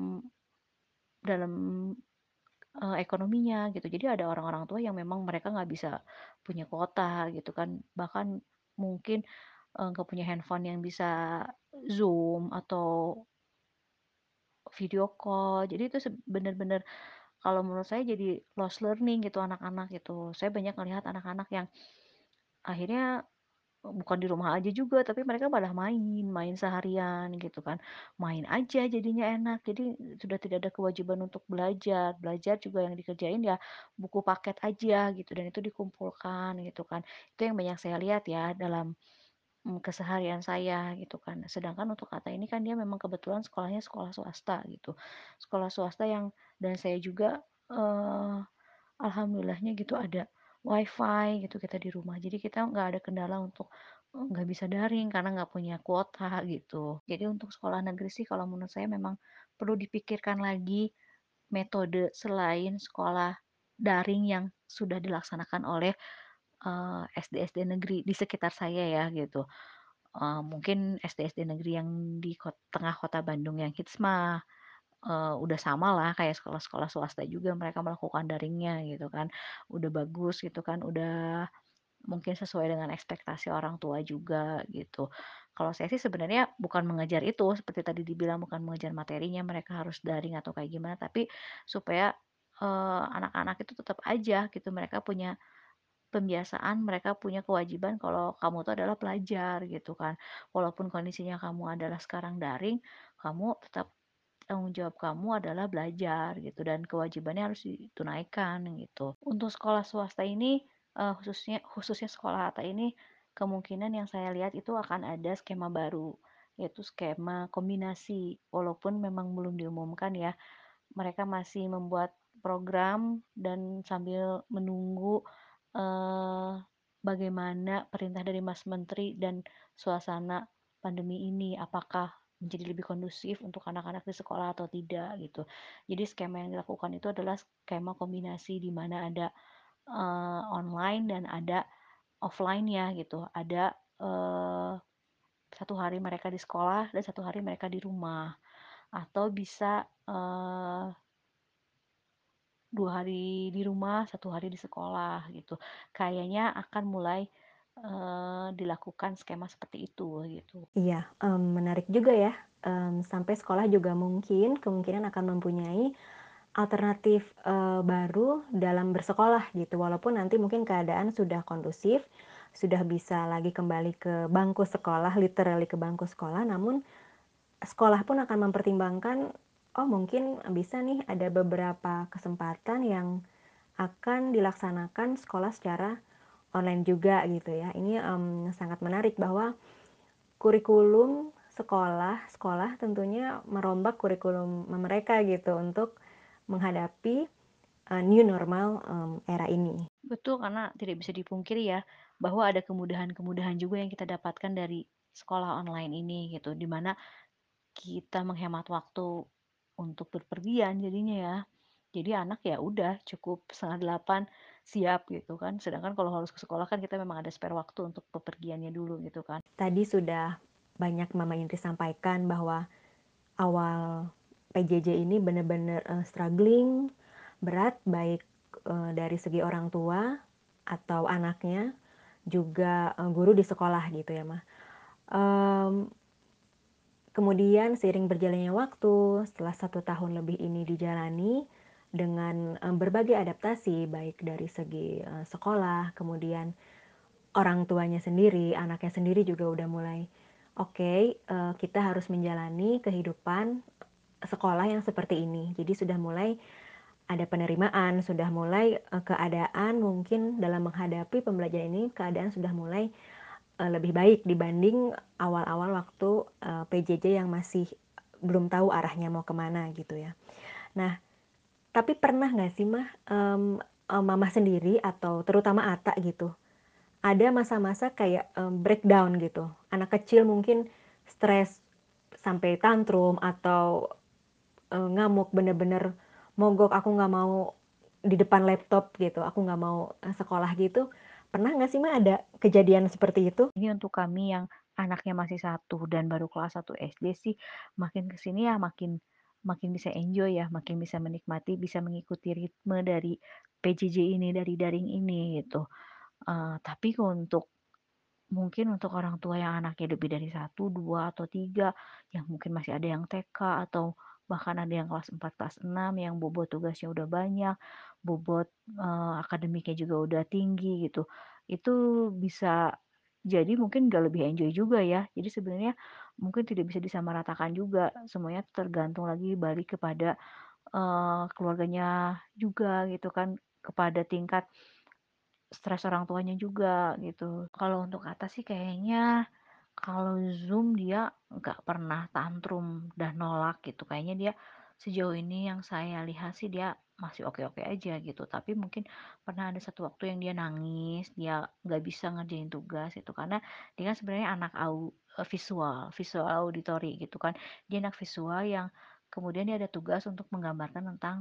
dalam uh, ekonominya gitu. Jadi ada orang-orang tua yang memang mereka nggak bisa punya kuota gitu kan, bahkan mungkin uh, nggak punya handphone yang bisa Zoom atau video call. Jadi itu benar-benar kalau menurut saya jadi lost learning gitu anak-anak gitu. Saya banyak melihat anak-anak yang akhirnya bukan di rumah aja juga, tapi mereka malah main, main seharian gitu kan. Main aja jadinya enak. Jadi sudah tidak ada kewajiban untuk belajar. Belajar juga yang dikerjain ya buku paket aja gitu, dan itu dikumpulkan gitu kan. Itu yang banyak saya lihat ya dalam mm, keseharian saya gitu kan. Sedangkan untuk kata ini kan dia memang kebetulan sekolahnya sekolah swasta gitu. Sekolah swasta yang, dan saya juga eh, alhamdulillahnya gitu ada wifi gitu kita di rumah, jadi kita nggak ada kendala untuk eh, nggak bisa daring karena nggak punya kuota gitu. Jadi untuk sekolah negeri sih kalau menurut saya memang perlu dipikirkan lagi metode selain sekolah daring yang sudah dilaksanakan oleh uh, S D S D negeri di sekitar saya ya gitu. Uh, mungkin S D S D negeri yang di kota, tengah kota Bandung yang hits mah uh, udah sama lah kayak sekolah-sekolah swasta juga, mereka melakukan daringnya gitu kan, udah bagus gitu kan, udah mungkin sesuai dengan ekspektasi orang tua juga gitu. Kalau saya sih sebenarnya bukan mengejar itu, seperti tadi dibilang bukan mengejar materinya mereka harus daring atau kayak gimana, tapi supaya uh, anak-anak itu tetap aja gitu mereka punya pembiasaan, mereka punya kewajiban kalau kamu itu adalah pelajar gitu kan. Walaupun kondisinya kamu adalah sekarang daring, kamu tetap tanggung jawab kamu adalah belajar gitu, dan kewajibannya harus ditunaikan gitu. Untuk sekolah swasta ini uh, khususnya khususnya sekolah Atta ini, kemungkinan yang saya lihat itu akan ada skema baru, yaitu skema kombinasi, walaupun memang belum diumumkan ya. Mereka masih membuat program dan sambil menunggu eee, bagaimana perintah dari Mas Menteri dan suasana pandemi ini, apakah menjadi lebih kondusif untuk anak-anak di sekolah atau tidak gitu. Jadi skema yang dilakukan itu adalah skema kombinasi di mana ada, eee, online dan ada offline-nya gitu. Ada, eee, satu hari mereka di sekolah dan satu hari mereka di rumah. Atau bisa, eee, dua hari di rumah, satu hari di sekolah gitu. Kayaknya akan mulai, eee, dilakukan skema seperti itu gitu. Iya, mmm, menarik juga ya, mmm, sampai sekolah juga mungkin kemungkinan akan mempunyai alternatif, eee, baru dalam bersekolah gitu, walaupun nanti mungkin keadaan sudah kondusif, sudah bisa lagi kembali ke bangku sekolah, literally ke bangku sekolah, namun sekolah pun akan mempertimbangkan, oh mungkin bisa nih ada beberapa kesempatan yang akan dilaksanakan sekolah secara online juga gitu ya. Ini, mmm, sangat menarik bahwa kurikulum sekolah sekolah tentunya merombak kurikulum mereka gitu untuk menghadapi, eee, new normal, mmm, era ini. Betul, karena tidak bisa dipungkiri ya, bahwa ada kemudahan-kemudahan juga yang kita dapatkan dari sekolah online ini gitu, di mana kita menghemat waktu untuk berpergian jadinya ya. Jadi anak ya udah cukup setengah delapan siap gitu kan, sedangkan kalau harus ke sekolah kan kita memang ada spare waktu untuk bepergiannya dulu gitu kan. Tadi sudah banyak Mama Indri sampaikan bahwa awal P J J ini benar-benar, eee, struggling, berat baik, eee, dari segi orang tua atau anaknya, juga, eee, guru di sekolah gitu ya, Mah. Mmm, kemudian seiring berjalannya waktu, setelah satu tahun lebih ini dijalani dengan, eee, berbagai adaptasi baik dari segi, eee, sekolah, kemudian orang tuanya sendiri, anaknya sendiri juga udah mulai, oke, eee, kita harus menjalani kehidupan sekolah yang seperti ini. Jadi sudah mulai ada penerimaan, sudah mulai, eee, keadaan mungkin dalam menghadapi pembelajaran ini, keadaan sudah mulai, eee, lebih baik dibanding awal-awal waktu, eee, P J J yang masih belum tahu arahnya mau kemana gitu ya. Nah, tapi pernah nggak sih Mah, mmm, eee, Mama sendiri atau terutama Ata gitu, ada masa-masa kayak, eee, breakdown gitu, anak kecil mungkin stres sampai tantrum atau, eee, ngamuk bener-bener mogok, "Aku nggak mau di depan laptop," gitu, "aku nggak mau, eee, sekolah," gitu. Pernah nggak sih Mbak ada kejadian seperti itu? Ini untuk kami yang anaknya masih satu dan baru kelas satu S D sih, makin ke sini ya makin makin bisa enjoy ya, makin bisa menikmati, bisa mengikuti ritme dari P J J ini, dari daring ini gitu. Eee, tapi untuk mungkin untuk orang tua yang anaknya lebih dari satu, dua, atau tiga, yang mungkin masih ada yang T K atau bahkan ada yang kelas empat, kelas enam yang bobot tugasnya udah banyak, bobot, eee, akademiknya juga udah tinggi gitu. Itu bisa jadi mungkin nggak lebih enjoy juga ya. Jadi sebenarnya mungkin tidak bisa disamaratakan juga, semuanya tergantung lagi balik kepada, eee, keluarganya juga gitu kan, kepada tingkat stres orang tuanya juga gitu. Kalau untuk atas sih kayaknya kalau Zoom dia nggak pernah tantrum dan nolak gitu. Kayaknya dia sejauh ini yang saya lihat sih dia masih oke-oke aja gitu. Tapi mungkin pernah ada satu waktu yang dia nangis, dia nggak bisa ngerjain tugas itu karena dia kan sebenarnya anak au eh, visual, visual auditory gitu kan. Dia anak visual yang kemudian dia ada tugas untuk menggambarkan tentang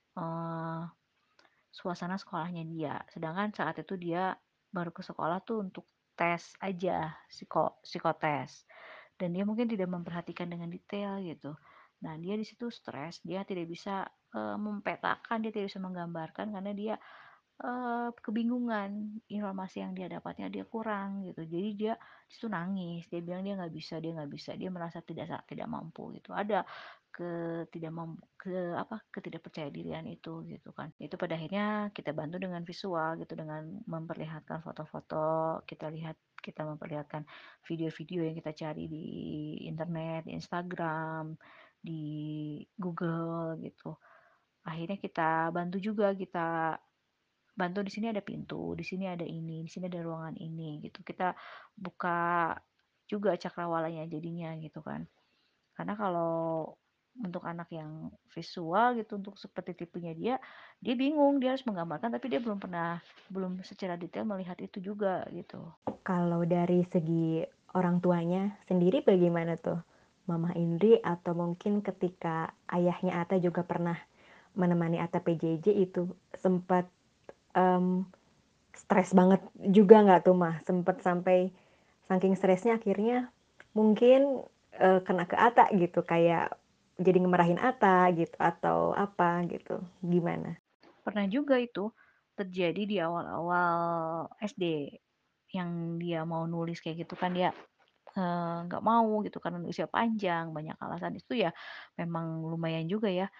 eh, suasana sekolahnya dia. Sedangkan saat itu dia baru ke sekolah tuh untuk tes aja, psiko psikotes. Dan dia mungkin tidak memperhatikan dengan detail gitu. Nah, dia di situ stres, dia tidak bisa eh, mempetakan, dia tidak bisa menggambarkan karena dia Eee, kebingungan, informasi yang dia dapatnya dia kurang gitu. Jadi dia di situ nangis, dia bilang dia nggak bisa dia nggak bisa, dia merasa tidak sa tidak mampu gitu. Ada ketidak mem ke apa, ketidakpercayadirian itu gitu kan. Itu pada akhirnya kita bantu dengan visual gitu, dengan memperlihatkan foto-foto, kita lihat kita memperlihatkan video-video yang kita cari di internet, di Instagram, di Google gitu. Akhirnya kita bantu juga, kita bantu di sini ada pintu, di sini ada ini, di sini ada ruangan ini gitu. Kita buka juga cakrawalanya jadinya gitu kan. Karena kalau untuk anak yang visual gitu, untuk seperti tipenya dia, dia bingung, dia harus menggambarkan tapi dia belum pernah belum secara detail melihat itu juga gitu. Kalau dari segi orang tuanya sendiri bagaimana tuh? Mama Indri atau mungkin ketika ayahnya Ata juga pernah menemani Ata P J J itu sempat um, stres banget juga nggak tuh mah? Sempat sampai saking stresnya akhirnya mungkin uh, kena ke Ata gitu, kayak jadi ngemarahin Ata gitu atau apa gitu. Gimana? Pernah juga itu terjadi di awal-awal S D, yang dia mau nulis kayak gitu kan dia eh, nggak mau gitu karena usia panjang, banyak alasan itu ya memang lumayan juga ya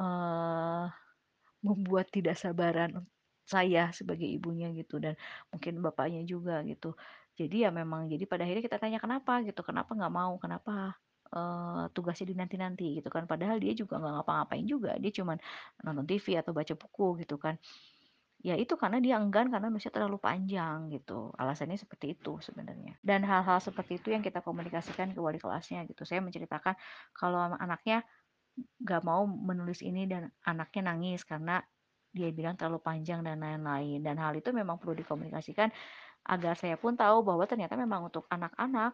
eh membuat tidak sabaran saya sebagai ibunya gitu dan mungkin bapaknya juga gitu. Jadi ya memang jadi pada akhirnya kita tanya kenapa gitu, kenapa nggak mau, kenapa eh, tugasnya dinanti-nanti gitu kan. Padahal dia juga nggak ngapa-ngapain juga, dia cuman nonton T V atau baca buku gitu kan. Ya itu karena dia enggan karena nulisnya terlalu panjang gitu. Alasannya seperti itu sebenarnya. Dan hal-hal seperti itu yang kita komunikasikan ke wali kelasnya gitu. Saya menceritakan kalau anaknya nggak mau menulis ini dan anaknya nangis karena dia bilang terlalu panjang dan lain-lain. Dan hal itu memang perlu dikomunikasikan agar saya pun tahu bahwa ternyata memang untuk anak-anak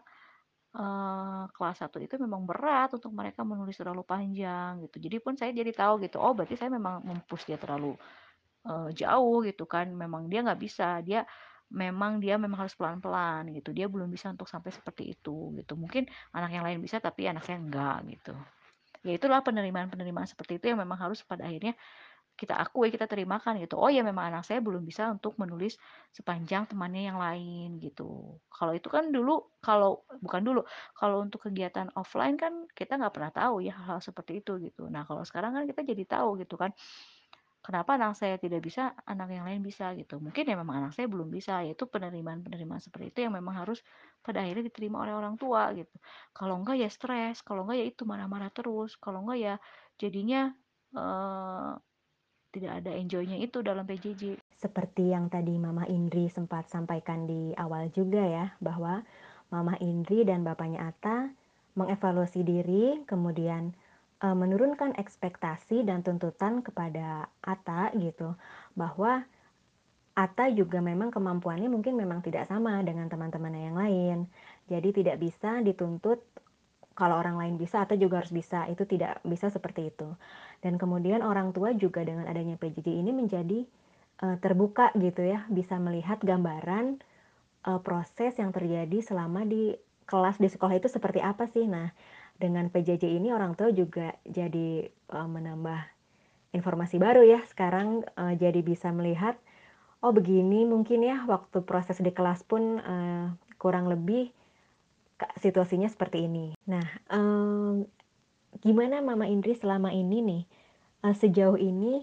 eh, kelas satu itu memang berat untuk mereka menulis terlalu panjang gitu. Jadi pun saya jadi tahu gitu, oh berarti saya memang mempush dia terlalu eh, jauh gitu kan. Memang dia nggak bisa, dia memang dia memang harus pelan-pelan gitu. Dia belum bisa untuk sampai seperti itu gitu. Mungkin anak yang lain bisa tapi anak saya enggak gitu. Ya itulah penerimaan-penerimaan seperti itu yang memang harus pada akhirnya kita akui, kita terimakan gitu. Oh ya memang anak saya belum bisa untuk menulis sepanjang temannya yang lain gitu. Kalau itu kan dulu, kalau bukan dulu, kalau untuk kegiatan offline kan kita nggak pernah tahu ya hal-hal seperti itu gitu. Nah kalau sekarang kan kita jadi tahu gitu kan, kenapa anak saya tidak bisa, anak yang lain bisa gitu. Mungkin ya memang anak saya belum bisa, yaitu penerimaan-penerimaan seperti itu yang memang harus pada akhirnya diterima oleh orang tua gitu. Kalau enggak ya stres, kalau enggak ya itu marah-marah terus, kalau enggak ya jadinya eh, tidak ada enjoy-nya itu dalam P J J. Seperti yang tadi Mama Indri sempat sampaikan di awal juga ya, bahwa Mama Indri dan bapaknya Ata mengevaluasi diri, kemudian e, menurunkan ekspektasi dan tuntutan kepada Ata gitu, bahwa Ata juga memang kemampuannya mungkin memang tidak sama dengan teman-temannya yang lain. Jadi tidak bisa dituntut kalau orang lain bisa, Ata juga harus bisa. Itu tidak bisa seperti itu. Dan kemudian orang tua juga dengan adanya P J J ini menjadi uh, terbuka gitu ya, bisa melihat gambaran uh, proses yang terjadi selama di kelas di sekolah itu seperti apa sih. Nah, dengan P J J ini orang tua juga jadi uh, menambah informasi baru ya. Sekarang uh, jadi bisa melihat, oh begini mungkin ya waktu proses di kelas pun uh, kurang lebih situasinya seperti ini. Nah, um, gimana Mama Indri selama ini nih, uh, sejauh ini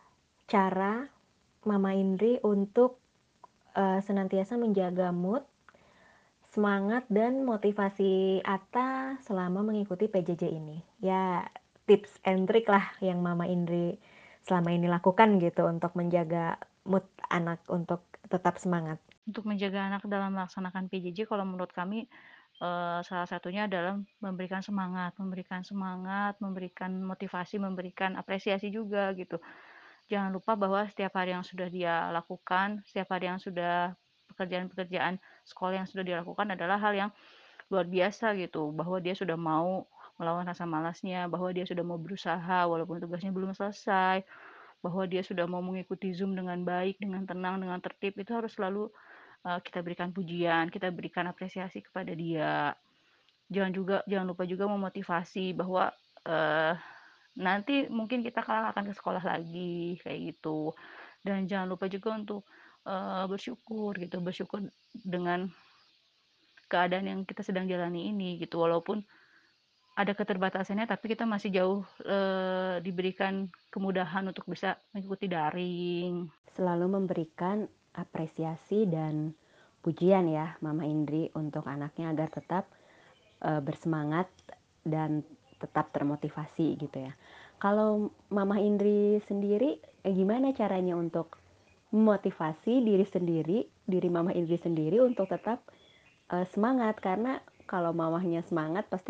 cara Mama Indri untuk uh, senantiasa menjaga mood, semangat, dan motivasi Atta selama mengikuti P J J ini? Ya, tips and trick lah yang Mama Indri selama ini lakukan gitu untuk menjaga mood anak untuk tetap semangat. Untuk menjaga anak dalam melaksanakan P J J, kalau menurut kami eh, salah satunya adalah memberikan semangat, memberikan semangat, memberikan motivasi, memberikan apresiasi juga gitu. Jangan lupa bahwa setiap hari yang sudah dia lakukan, setiap hari yang sudah pekerjaan-pekerjaan sekolah yang sudah dilakukan adalah hal yang luar biasa gitu, bahwa dia sudah mau melawan rasa malasnya, bahwa dia sudah mau berusaha walaupun tugasnya belum selesai, bahwa dia sudah mau mengikuti Zoom dengan baik, dengan tenang, dengan tertib. Itu harus selalu uh, kita berikan pujian, kita berikan apresiasi kepada dia. Jangan juga jangan lupa juga memotivasi bahwa uh, nanti mungkin kita kelak akan ke sekolah lagi kayak gitu. Dan jangan lupa juga untuk uh, bersyukur gitu, bersyukur dengan keadaan yang kita sedang jalani ini gitu. Walaupun ada keterbatasannya tapi kita masih jauh e, diberikan kemudahan untuk bisa mengikuti daring. Selalu memberikan apresiasi dan pujian ya Mama Indri untuk anaknya agar tetap uh, bersemangat dan tetap termotivasi gitu ya. Kalau Mama Indri sendiri, eh, gimana caranya untuk memotivasi diri sendiri, diri Mama Indri sendiri untuk tetap uh, semangat? Karena kalau mamahnya semangat pasti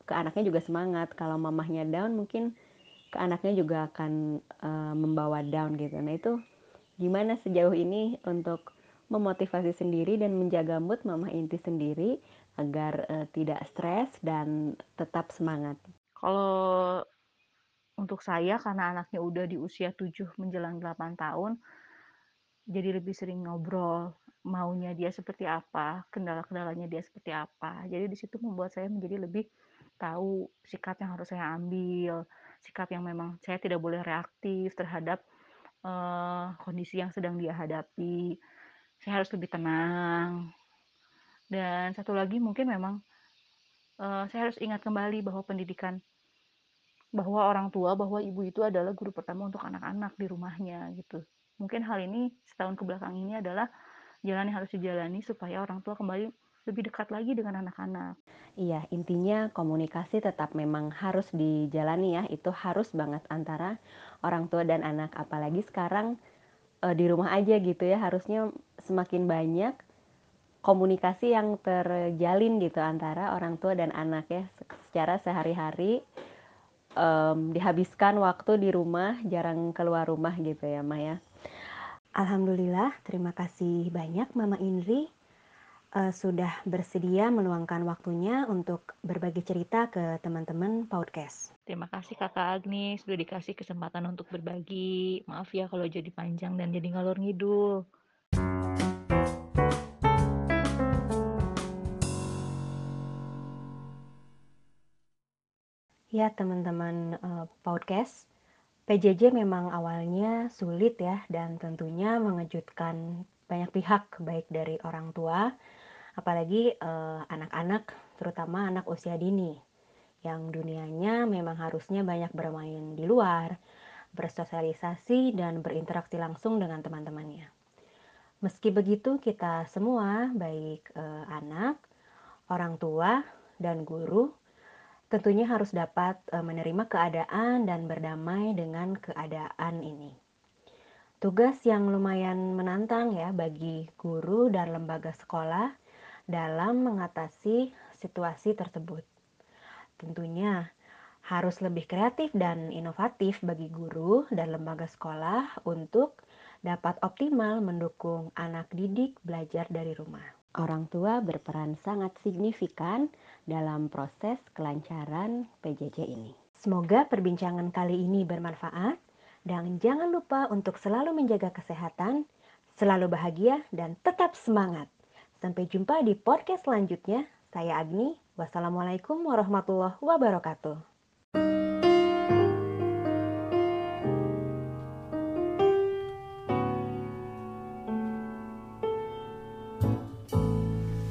ke anaknya juga semangat. Kalau mamahnya down mungkin ke anaknya juga akan uh, membawa down gitu. Nah itu gimana sejauh ini untuk memotivasi sendiri dan menjaga mood Mama Inti sendiri agar uh, tidak stres dan tetap semangat? Kalau untuk saya, karena anaknya udah di usia tujuh menjelang delapan tahun, jadi lebih sering ngobrol, maunya dia seperti apa, kendala-kendalanya dia seperti apa. Jadi di situ membuat saya menjadi lebih tahu sikap yang harus saya ambil, sikap yang memang saya tidak boleh reaktif terhadap uh, kondisi yang sedang dia hadapi. Saya harus lebih tenang. Dan satu lagi mungkin memang uh, saya harus ingat kembali bahwa pendidikan, bahwa orang tua, bahwa ibu itu adalah guru pertama untuk anak-anak di rumahnya gitu. Mungkin hal ini setahun kebelakang ini adalah jalan yang harus dijalani supaya orang tua kembali lebih dekat lagi dengan anak-anak. Iya, intinya komunikasi tetap memang harus dijalani ya. Itu harus banget antara orang tua dan anak. Apalagi sekarang e, di rumah aja gitu ya. Harusnya semakin banyak komunikasi yang terjalin gitu antara orang tua dan anak ya. Secara sehari-hari um, dihabiskan waktu di rumah, jarang keluar rumah gitu ya Maya. Alhamdulillah, terima kasih banyak Mama Indri uh, sudah bersedia meluangkan waktunya untuk berbagi cerita ke teman-teman podcast. Terima kasih Kakak Agni sudah dikasih kesempatan untuk berbagi. Maaf ya kalau jadi panjang dan jadi ngalor ngidul. Ya teman-teman uh, podcast, P J J memang awalnya sulit ya dan tentunya mengejutkan banyak pihak baik dari orang tua, apalagi uh, anak-anak, terutama anak usia dini yang dunianya memang harusnya banyak bermain di luar, bersosialisasi dan berinteraksi langsung dengan teman-temannya. Meski begitu kita semua baik uh, anak, orang tua, dan guru tentunya harus dapat uh, menerima keadaan dan berdamai dengan keadaan ini. Tugas yang lumayan menantang ya bagi guru dan lembaga sekolah dalam mengatasi situasi tersebut. Tentunya harus lebih kreatif dan inovatif bagi guru dan lembaga sekolah untuk dapat optimal mendukung anak didik belajar dari rumah. Orang tua berperan sangat signifikan dalam proses kelancaran P J J ini. Semoga perbincangan kali ini bermanfaat dan jangan lupa untuk selalu menjaga kesehatan, selalu bahagia dan tetap semangat. Sampai jumpa di podcast selanjutnya. Saya Agni. Wassalamualaikum warahmatullahi wabarakatuh.